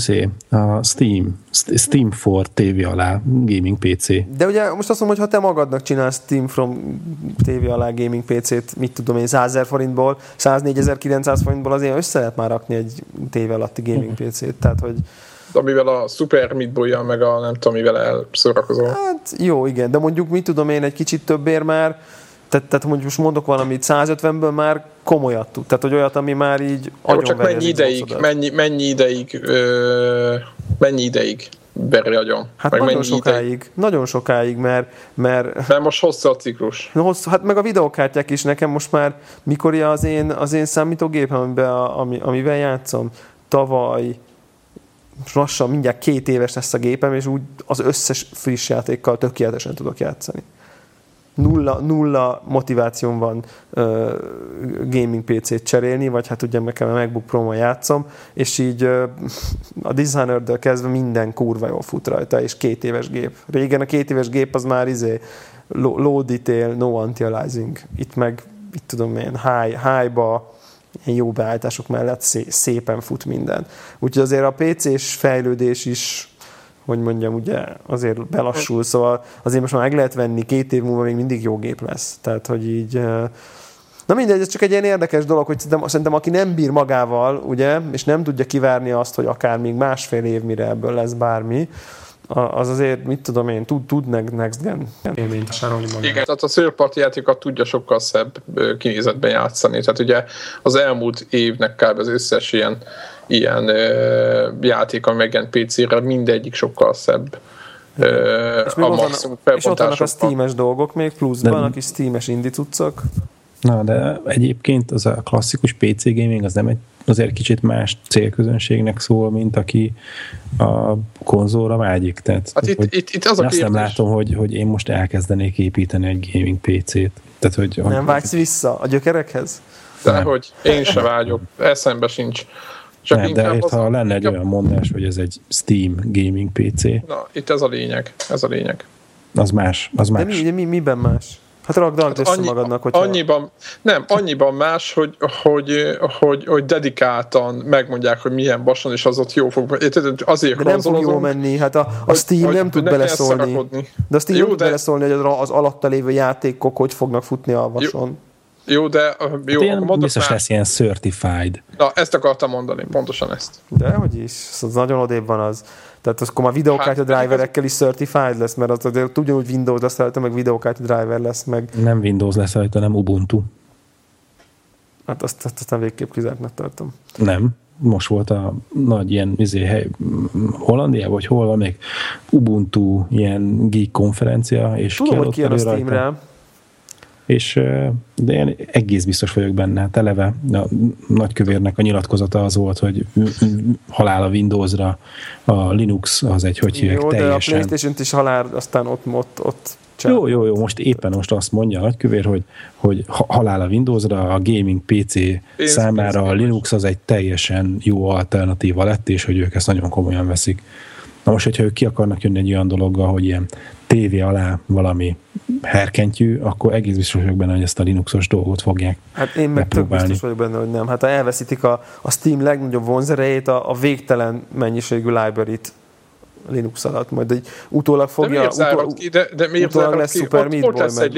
Steam for TV alá gaming PC. De ugye most azt mondom, hogy ha te magadnak csinálsz Steam from TV alá gaming PC-t, mit tudom én, 100 000 forintból, 104.900 forintból azért össze lehet már rakni egy tévé alatti gaming PC-t, tehát hogy... Amivel a Super Meat Boy-jal meg a nem tudom, mivel elszórakozol. Hát jó, igen, de mondjuk mit tudom én, egy kicsit többért már, tehát mondjuk most mondok valamit, 150-ből már komolyat tud. Tehát, hogy olyat, ami már így csak mennyi ideig veri agyon? Hát meg nagyon sokáig, mert most hosszú a ciklus. Hát meg a videókártyák is nekem most már, mikor az én számítógépem, amivel játszom, tavaly lassan mindjárt 2 éves lesz a gépem, és úgy az összes friss játékkal tökéletesen tudok játszani. Nulla motivációm van gaming PC-t cserélni, vagy hát ugye nekem a MacBook Pro-mal játszom, és így a Dishonored-dől kezdve minden kurva jól fut rajta, és 2 éves gép. Régen a 2 éves gép az már low detail, no anti-aliasing. Itt meg, itt tudom én, high-ba, ilyen jó beállítások mellett szépen fut minden. Úgyhogy azért a PC-s fejlődés is, hogy mondjam, ugye azért belassul, szóval azért most már meg lehet venni, 2 év múlva még mindig jó gép lesz. Tehát, hogy így... Na mindegy, ez csak egy ilyen érdekes dolog, hogy szerintem aki nem bír magával, ugye, és nem tudja kivárni azt, hogy akár még 1,5 év, mire ebből lesz bármi, az azért, mit tudom én, tud next gen élményt sárolni magát. Igen, tehát a third-party játékokat tudja sokkal szebb kinézetben játszani. Tehát ugye az elmúlt évnek kb. Az összes ilyen játék, ami megjelent PC-re, mindegyik sokkal szebb. És ott vannak a Steam-es dolgok még pluszban, a kis Steam-es indie cuccok. Na, de egyébként az a klasszikus PC gaming az nem azért kicsit más célközönségnek szól, mint aki a konzolra vágyik. Tehát, hát itt az a azt nem látom, hogy én most elkezdenék építeni egy gaming PC-t. Tehát, hogy nem vágysz vissza a gyökerekhez? Dehogy, én se vágyok, eszembe sincs. Csak nem, de ha lenne egy olyan mondás, hogy ez egy Steam gaming PC. Na, itt ez a lényeg. Az más. De miben más? Hát rakd össze magadnak, hogyha... Annyiban más, hogy dedikáltan megmondják, hogy milyen bason, és az ott jó fog... Azért de nem fog jól menni, hát a Steam nem tud beleszólni. De a Steam nem tud beleszólni, hogy az alatta lévő játékok hogy fognak futni a vason. Jó, de... Hát biztos lesz ilyen certified. Na, ezt akartam mondani, pontosan ezt. Dehogy is, az nagyon odébb van az. Tehát az akkor már videokártya driverekkel is certified lesz, mert az ugyanúgy Windows lesz rajta, meg videokártya driver lesz, meg... Nem Windows lesz rajta, nem Ubuntu. Hát azt nem végképp kizártnak tartom. Nem. Most volt a nagy ilyen Hollandiában, vagy hol van még Ubuntu ilyen geek konferencia, és tudom, hogy kijön a Steamre. És de én egész biztos vagyok benne. Hát eleve a nagykövérnek a nyilatkozata az volt, hogy halál a Windowsra, a Linux az egy, hogy hívják, teljesen. Jó, de a PlayStation-t is halál, aztán ott Jó, most azt mondja a nagykövér, hogy halál a Windowsra, a gaming PC számára a Linux az egy teljesen jó alternatíva lett, és hogy ők ezt nagyon komolyan veszik. Na most, hogyha ők ki akarnak jönni egy olyan dologgal, hogy ilyen tévé alá valami herkentyű, akkor egész biztos vagyok benne, hogy ezt a Linuxos dolgot fogják Hát én meg tök biztos vagyok benne, hogy nem. Hát ha elveszítik a Steam legnagyobb vonzerejét, a végtelen mennyiségű library-t Linux alatt, majd egy utólag fogja... De miért zárod ki? Ott lesz egy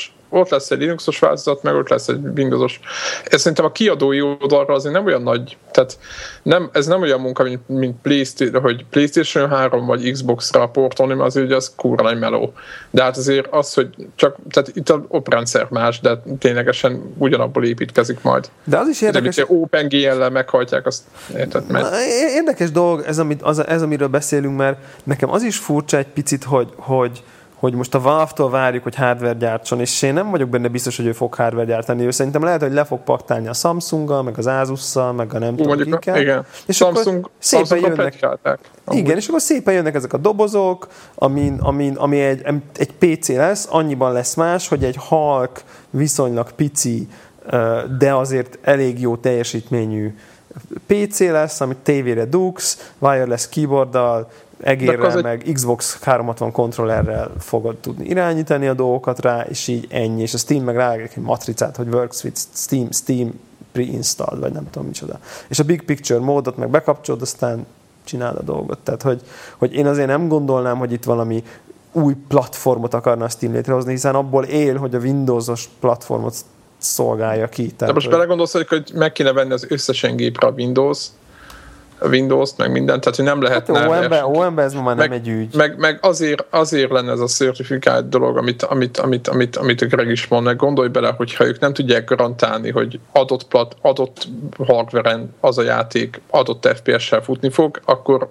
Linuxos változat, meg ott lesz egy Windowsos. Ez szerintem a kiadói oldalra azért nem olyan nagy, tehát ez nem olyan munka, mint hogy PlayStation 3 vagy Xbox-ra portolni, mert azért ugye az kurva nagy meló. De hát azért az, hogy csak, tehát itt az oprendszer más, de ténylegesen ugyanabból építkezik majd. De az is érdekes... De OpenGL-lel meghajtják, azt érted meg. Érdekes dolog ez, amiről beszélünk, mert nekem az is furcsa egy picit, hogy most a Valve-tól várjuk, hogy hardware gyártson, és én nem vagyok benne biztos, hogy ő fog hardware gyártani. Ő szerintem lehet, hogy le fog paktálni a Samsunggal, meg az Asus-szal, meg a nem tudom kikkel. Igen. És Samsung szépen jönnek. Igen, és akkor szépen jönnek ezek a dobozok, ami egy PC lesz, annyiban lesz más, hogy egy halk, viszonylag pici, de azért elég jó teljesítményű PC lesz, amit tévére dugsz, wireless keyboarddal, egérrel, meg Xbox 360 kontrollerrel fogod tudni irányítani a dolgokat rá, és így ennyi. És a Steam meg rágják egy matricát, hogy works with Steam pre-installed, vagy nem tudom micsoda. És a Big Picture módot meg bekapcsolod, aztán csinál a dolgot. Tehát, hogy én azért nem gondolnám, hogy itt valami új platformot akarna a Steam létrehozni, hiszen abból él, hogy a Windowsos platformot szolgálja ki. Tehát, de most belegondolsz, hogy meg kéne venni az összesen gépre a Windows-t, meg mindent, tehát hogy nem lehetne... Hát OM-ben ez már nem egy ügy. Meg azért lenne ez a certifikált dolog, amit a Greg is mond, meg gondolj bele, hogyha ők nem tudják garantálni, hogy adott hardware-en az a játék adott FPS-sel futni fog, akkor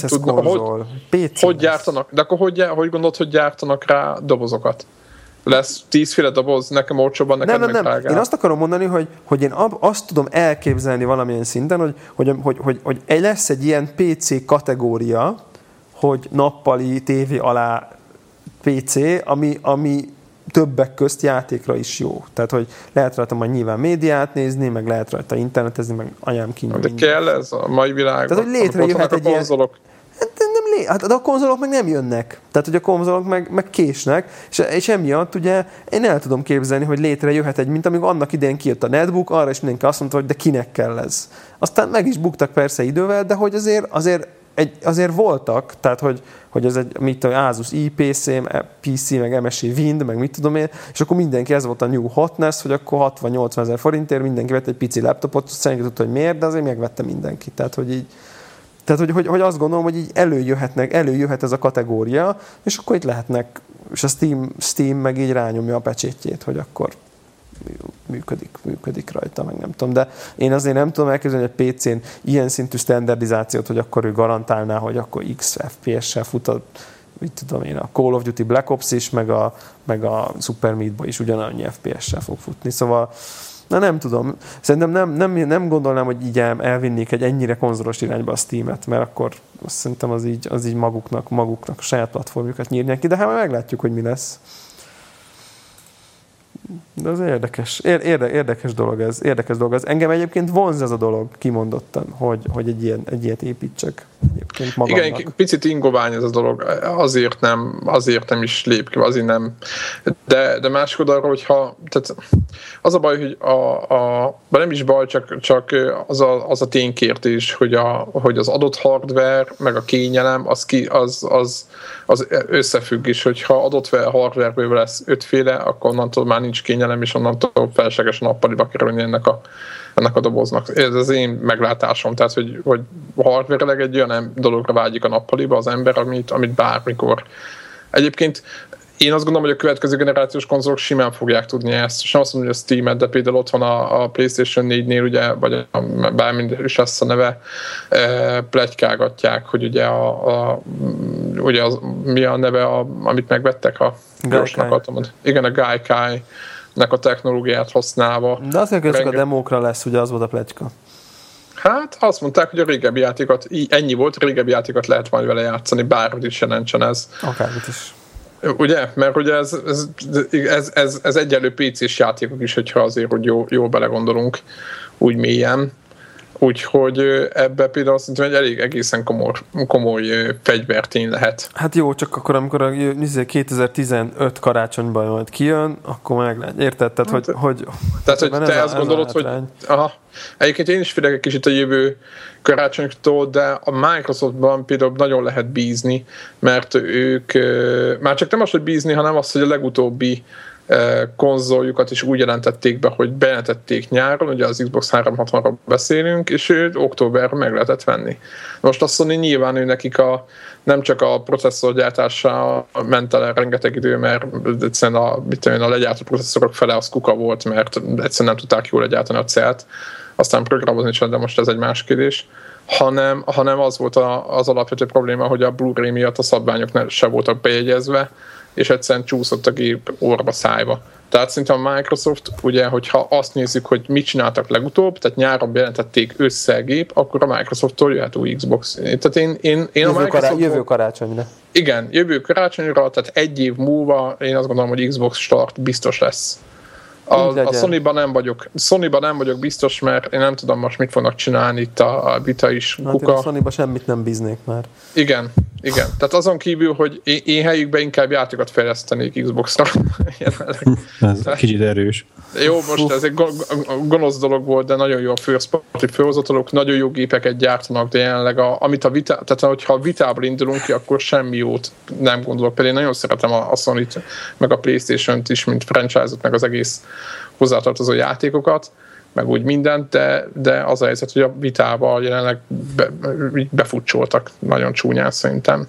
hogy gyártanak? De akkor hogy gondolod, hogy gyártanak rá dobozokat? Lesz 10 féle doboz, nekem olcsóban, neked meg drágább. Én azt akarom mondani, hogy én azt tudom elképzelni valamilyen szinten, hogy lesz egy ilyen PC kategória, hogy nappali tévé alá PC, ami többek közt játékra is jó. Tehát, hogy lehet rajta majd nyilván médiát nézni, meg lehet rajta internetezni, meg anyám kinyúl. De kell ez a mai világban? Tehát, hogy létrejöhet egy ilyen... De a konzolok meg nem jönnek. Tehát, hogy a konzolok meg késnek, és emiatt ugye én el tudom képzelni, hogy létrejöhet egy, mint amíg annak idején kijött a netbook, arra is mindenki azt mondta, hogy de kinek kell ez. Aztán meg is buktak persze idővel, de hogy azért voltak, tehát, hogy ez egy, mit tudom, Asus PC, meg MSI Wind, meg mit tudom én, és akkor mindenki, ez volt a new hotness, hogy akkor 60-80 ezer forintért mindenki vett egy pici laptopot, szerintem tudta, hogy miért, de azért megvette mindenki. Tehát, hogy így hogy azt gondolom, hogy így előjöhet ez a kategória, és akkor itt lehetnek, és a Steam meg így rányomja a pecsétjét, hogy akkor működik rajta, meg nem tudom. De én azért nem tudom elképzelni, hogy a PC-n ilyen szintű standardizációt, hogy akkor ő garantálná, hogy akkor X FPS-sel fut a mit tudom én, a Call of Duty Black Ops is, meg a Super Meat-ba is ugyanannyi FPS-sel fog futni. Szóval nem tudom. Szerintem nem gondolnám, hogy így elvinnék egy ennyire konzolos irányba a Steam-et, mert akkor azt szerintem az így maguknak a saját platformjukat nyírják ki, de hát meglátjuk, hogy mi lesz. De az érdekes dolog ez. Engem egyébként vonz ez a dolog kimondottan, hogy egy ilyet építsek egyébként magamnak. Igen, picit ingovány ez a dolog, azért nem is lép ki, azért nem. De másik oldalról, hogyha, tehát az a baj, hogy nem is baj, csak az a ténykérdés, hogy az adott hardware, meg a kényelem, az összefügg is, hogyha adott hardwareből lesz 5 féle, akkor onnantól már nincs kényelem, és onnantól feleslegesen nappaliba kerülni ennek a doboznak. Ez az én meglátásom, tehát hogy hardware-leg egy olyan dologra vágyik a nappaliba az ember, amit bármikor. Egyébként én azt gondolom, hogy a következő generációs konzolok simán fogják tudni ezt. És nem azt mondom, hogy a Steam-et, de például ott van a PlayStation 4-nél, ugye, vagy bármint is lesz a neve, pletykálgatják, hogy ugye ugye mi a neve, amit megvettek igen, a Gaikai-nek a technológiát használva. De azt mondjuk, hogy csak a demókra lesz, ugye az volt a pletyka. Hát azt mondták, hogy a régebbi játékot, ennyi volt, a régebbi játékot lehet majd vele játszani, bárhogy is jelentsen ez. Akármit is. Ugye? Mert ugye ez egyenlő PC-s játékok is, hogyha azért, hogy jól belegondolunk úgy mélyen. Úgyhogy ebbe például szerintem egy elég egészen komoly fegyvertény lehet. Hát jó, csak akkor amikor a 2015 karácsonyban majd kijön, akkor meg lehet. Érted? Tehát, hogy te azt gondolod, hogy... Aha. Egyébként én is félek egy kicsit a jövő karácsonytól, de a Microsoftban például nagyon lehet bízni, mert ők már csak nem az, hogy bízni, hanem az, hogy a legutóbbi konzoljukat is úgy jelentették be, hogy bejelentették nyáron, ugye az Xbox 360-ról beszélünk, és őt októberben meg lehetett venni. Most a Sony nyilván nekik nem csak a processzorgyártása ment el rengeteg idő, mert egyszerűen a legyártott processzorok fele az kuka volt, mert egyszerűen nem tudták jól legyártani a célt, aztán programozni sem, de most ez egy más kérdés, hanem az volt az alapvető probléma, hogy a Blu-ray miatt a szabványok se voltak bejegyezve, és egyszerűen csúszott a gép orba szájba. Tehát szerintem a Microsoft, ugye, hogyha azt nézzük, hogy mit csináltak legutóbb, tehát nyáron bejelentették össze a gép, akkor a Microsofttól jöhet új Xbox. Tehát én jövő karácsonyra. Igen, jövő karácsonyra, tehát egy év múlva én azt gondolom, hogy Xbox Start biztos lesz. A Sony-ban nem vagyok biztos, mert én nem tudom most mit fognak csinálni itt a Vita is kuka. Hát a Sony-ban semmit nem bíznék már. Igen. Tehát azon kívül, hogy én helyükben inkább játékokat fejlesztenék Xbox-ra. Ez kicsit erős. Jó, most ez egy gonosz dolog volt, de nagyon jó a first party főhozatalok, nagyon jó gépeket gyártanak, de jelenleg tehát hogyha a Vitából indulunk ki, akkor semmi jót nem gondolok. Pedig én nagyon szeretem a Sony-t, meg a PlayStation-t is, mint franchise-ot, meg az egész hozzátartozó játékokat, meg úgy mindent, de az a helyzet, hogy a Vitával jelenleg befutcsoltak nagyon csúnyán szerintem.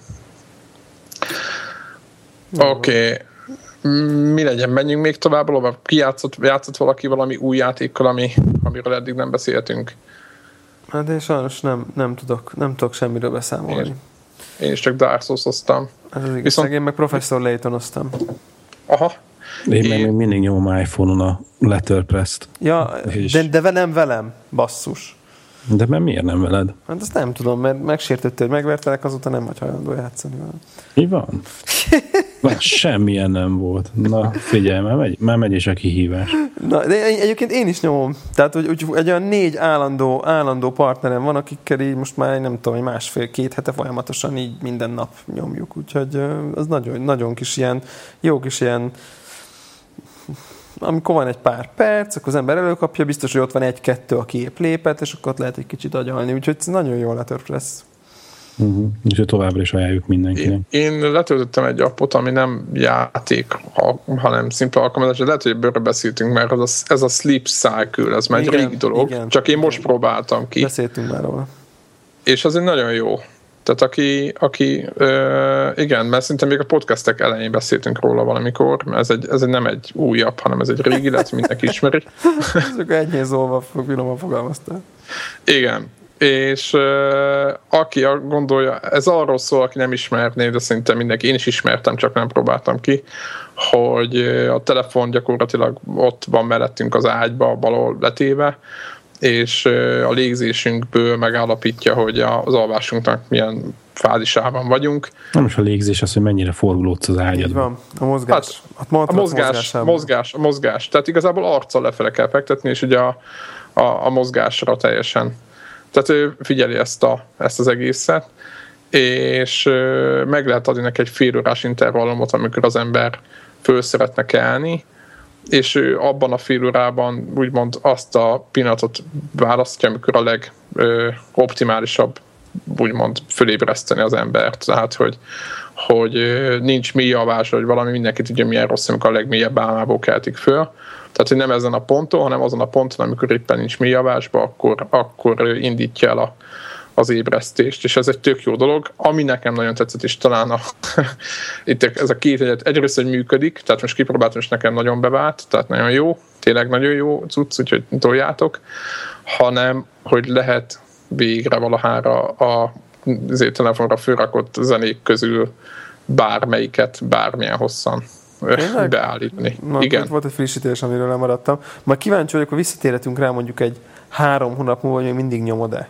Oké. Mi legyen, menjünk még tovább, játszott valaki valami új játékkal, amiről eddig nem beszéltünk? Hát én sajnos nem tudok semmiről beszámolni. Én is csak Dark Souls-oztam. Én meg Professor Layton-oztam. Aha. Én meg még mindig nyomom iPhone-on a Letterpress-t. Ja, de nem velem, basszus. De miért nem veled? Hát azt nem tudom, mert megsértettél, megvertelek, azóta nem vagy hajlandó játszani vele. Mi van? Semmilyen nem volt. Na, figyelj, már megy is a kihívás. Na, de egyébként én is nyomom. Tehát, hogy egy olyan 4 állandó partnerem van, akikkel így most már nem tudom, hogy 1,5-2 hete folyamatosan így minden nap nyomjuk. Úgyhogy az nagyon kis ilyen, jó kis ilyen, amikor van egy pár perc, akkor az ember előkapja, biztos, hogy ott van 1-2, aki épp lépett, és akkor ott lehet egy kicsit agyalni. Úgyhogy ez nagyon jó a Letterpress. És továbbra is ajánljuk mindenkinek. Én letöltöttem egy appot, ami nem játék, hanem szimpla alkalmazás. Lehet, hogy ebből beszéltünk, mert ez a Sleep Cycle, ez már egy régi dolog, csak én most próbáltam ki. Beszéltünk már róla. És az egy nagyon jó. Tehát igen, mert szinte még a podcastek elején beszéltünk róla valamikor, mert ez nem egy új app, hanem ez egy régi, lehet, mindenki ismeri. Csak ennyi zólva finoman fogalmaztál. Igen. És aki gondolja, ez arról szól, aki nem ismerné, de szerintem mindenki, én is ismertem, csak nem próbáltam ki, hogy a telefon gyakorlatilag ott van mellettünk az ágyba, balul letéve, és a légzésünkből megállapítja, hogy az alvásunknak milyen fázisában vagyunk. Nem is a légzés az, hogy mennyire forgulódsz az ágyadban. Így van, a mozgás. A mozgás. Tehát igazából arccal lefele kell fektetni, és ugye a mozgásra teljesen. Tehát ő figyeli ezt az egészet, és meg lehet adni neki egy fél órás intervallumot, amikor az ember föl szeretne kelni, és ő abban a fél órában úgymond azt a pillanatot választja, amikor a legoptimálisabb úgymond fölébreszteni az embert. Tehát, hogy nincs mély alvás, vagy valami, mindenki tudja, milyen rossz, amikor a legmélyebb álmából keltik föl. Tehát, hogy nem ezen a ponton, hanem azon a ponton, amikor éppen nincs mély alvásba, akkor indítja el az ébresztést, és ez egy tök jó dolog. Ami nekem nagyon tetszett, és talán itt ez a két egyet egyrészt, hogy működik, tehát most kipróbáltam, és nekem nagyon bevált, tehát nagyon jó, tényleg nagyon jó cucc, úgyhogy toljátok, hanem, hogy lehet végre valahára a telefonra fölrakott zenék közül bármelyiket, bármilyen hosszan beállítani. Igen. Volt egy frissítés, amiről lemaradtam. Majd kíváncsi vagyok, hogy visszatérhetünk rá mondjuk egy 3 hónap múlva, hogy még mindig nyomod-e.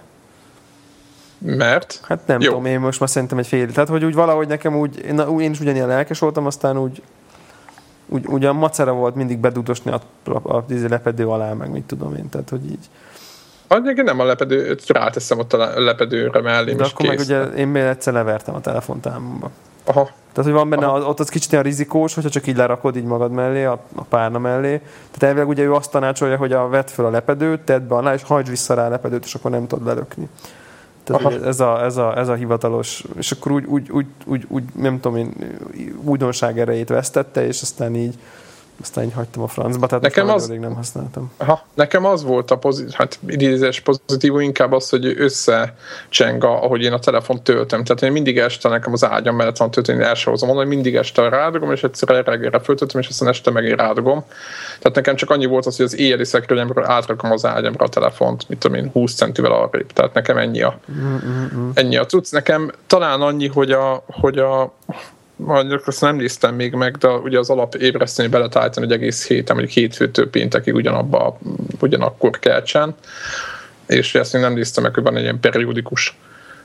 Mert? Hát nem tudom, én most már szerintem egy fél. Tehát, hogy úgy valahogy nekem úgy, én is ugyanilyen lelkes voltam, aztán úgy ugyan macera volt mindig bedudosni a lepedő alá, meg mit tudom én, tehát, hogy így. Nem a lepedő, ráteszem ott a lepedőre mellém, de és akkor kész. meg ugye én még egyszer levertem a telefontámba. Aha. Tehát, hogy van benne, ott az kicsit olyan rizikós, hogyha csak így lerakod így magad mellé, a párna mellé. Tehát elvileg ugye ő azt tanácsolja, hogy vedd fel a lepedőt, tedd be alá, és hajtsd vissza rá a lepedőt, és akkor nem tudod lelökni. Tehát ez a hivatalos, és akkor úgy nem tudom én, újdonság erejét vesztette, és aztán így hagytam a francba, tehát nekem nem használtam. Nekem az volt idézés pozitívum, inkább az, hogy összecseng, ahogy én a telefont töltöm. Tehát én mindig este nekem az ágyam mellett van tölteni, el sem hozom mondani, hogy mindig este rádugom, és egyszerűen reggelre föltöltöm, és aztán este megint rádugom. Tehát nekem csak annyi volt az, hogy az éjjeli szekrényemről átrakom az ágyamra a telefont, mit tudom én, 20 centivel arrébb. Tehát nekem ennyi a cucc. Nekem talán annyi, hogy mondjuk azt nem néztem még meg, de ugye az alap ébreszteni be lehet állítani, hogy egész héten, mondjuk hétfőtől péntekig ugyanakkor keltsen, és ezt még nem néztem meg, hogy van egy ilyen periódikus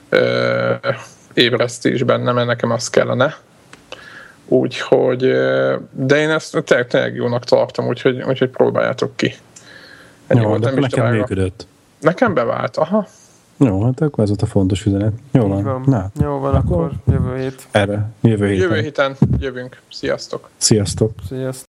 ébresztés benne, mert nekem az kellene. Úgyhogy, de én ezt tényleg jónak tartom, úgyhogy próbáljátok ki. Jó, de nekem működött. Nekem bevált, aha. Jó, hát akkor ez volt a fontos üzenet. Jó van. Jó van, akkor jövő hét. Jövő héten Jövő héten jövünk. Sziasztok! Sziasztok!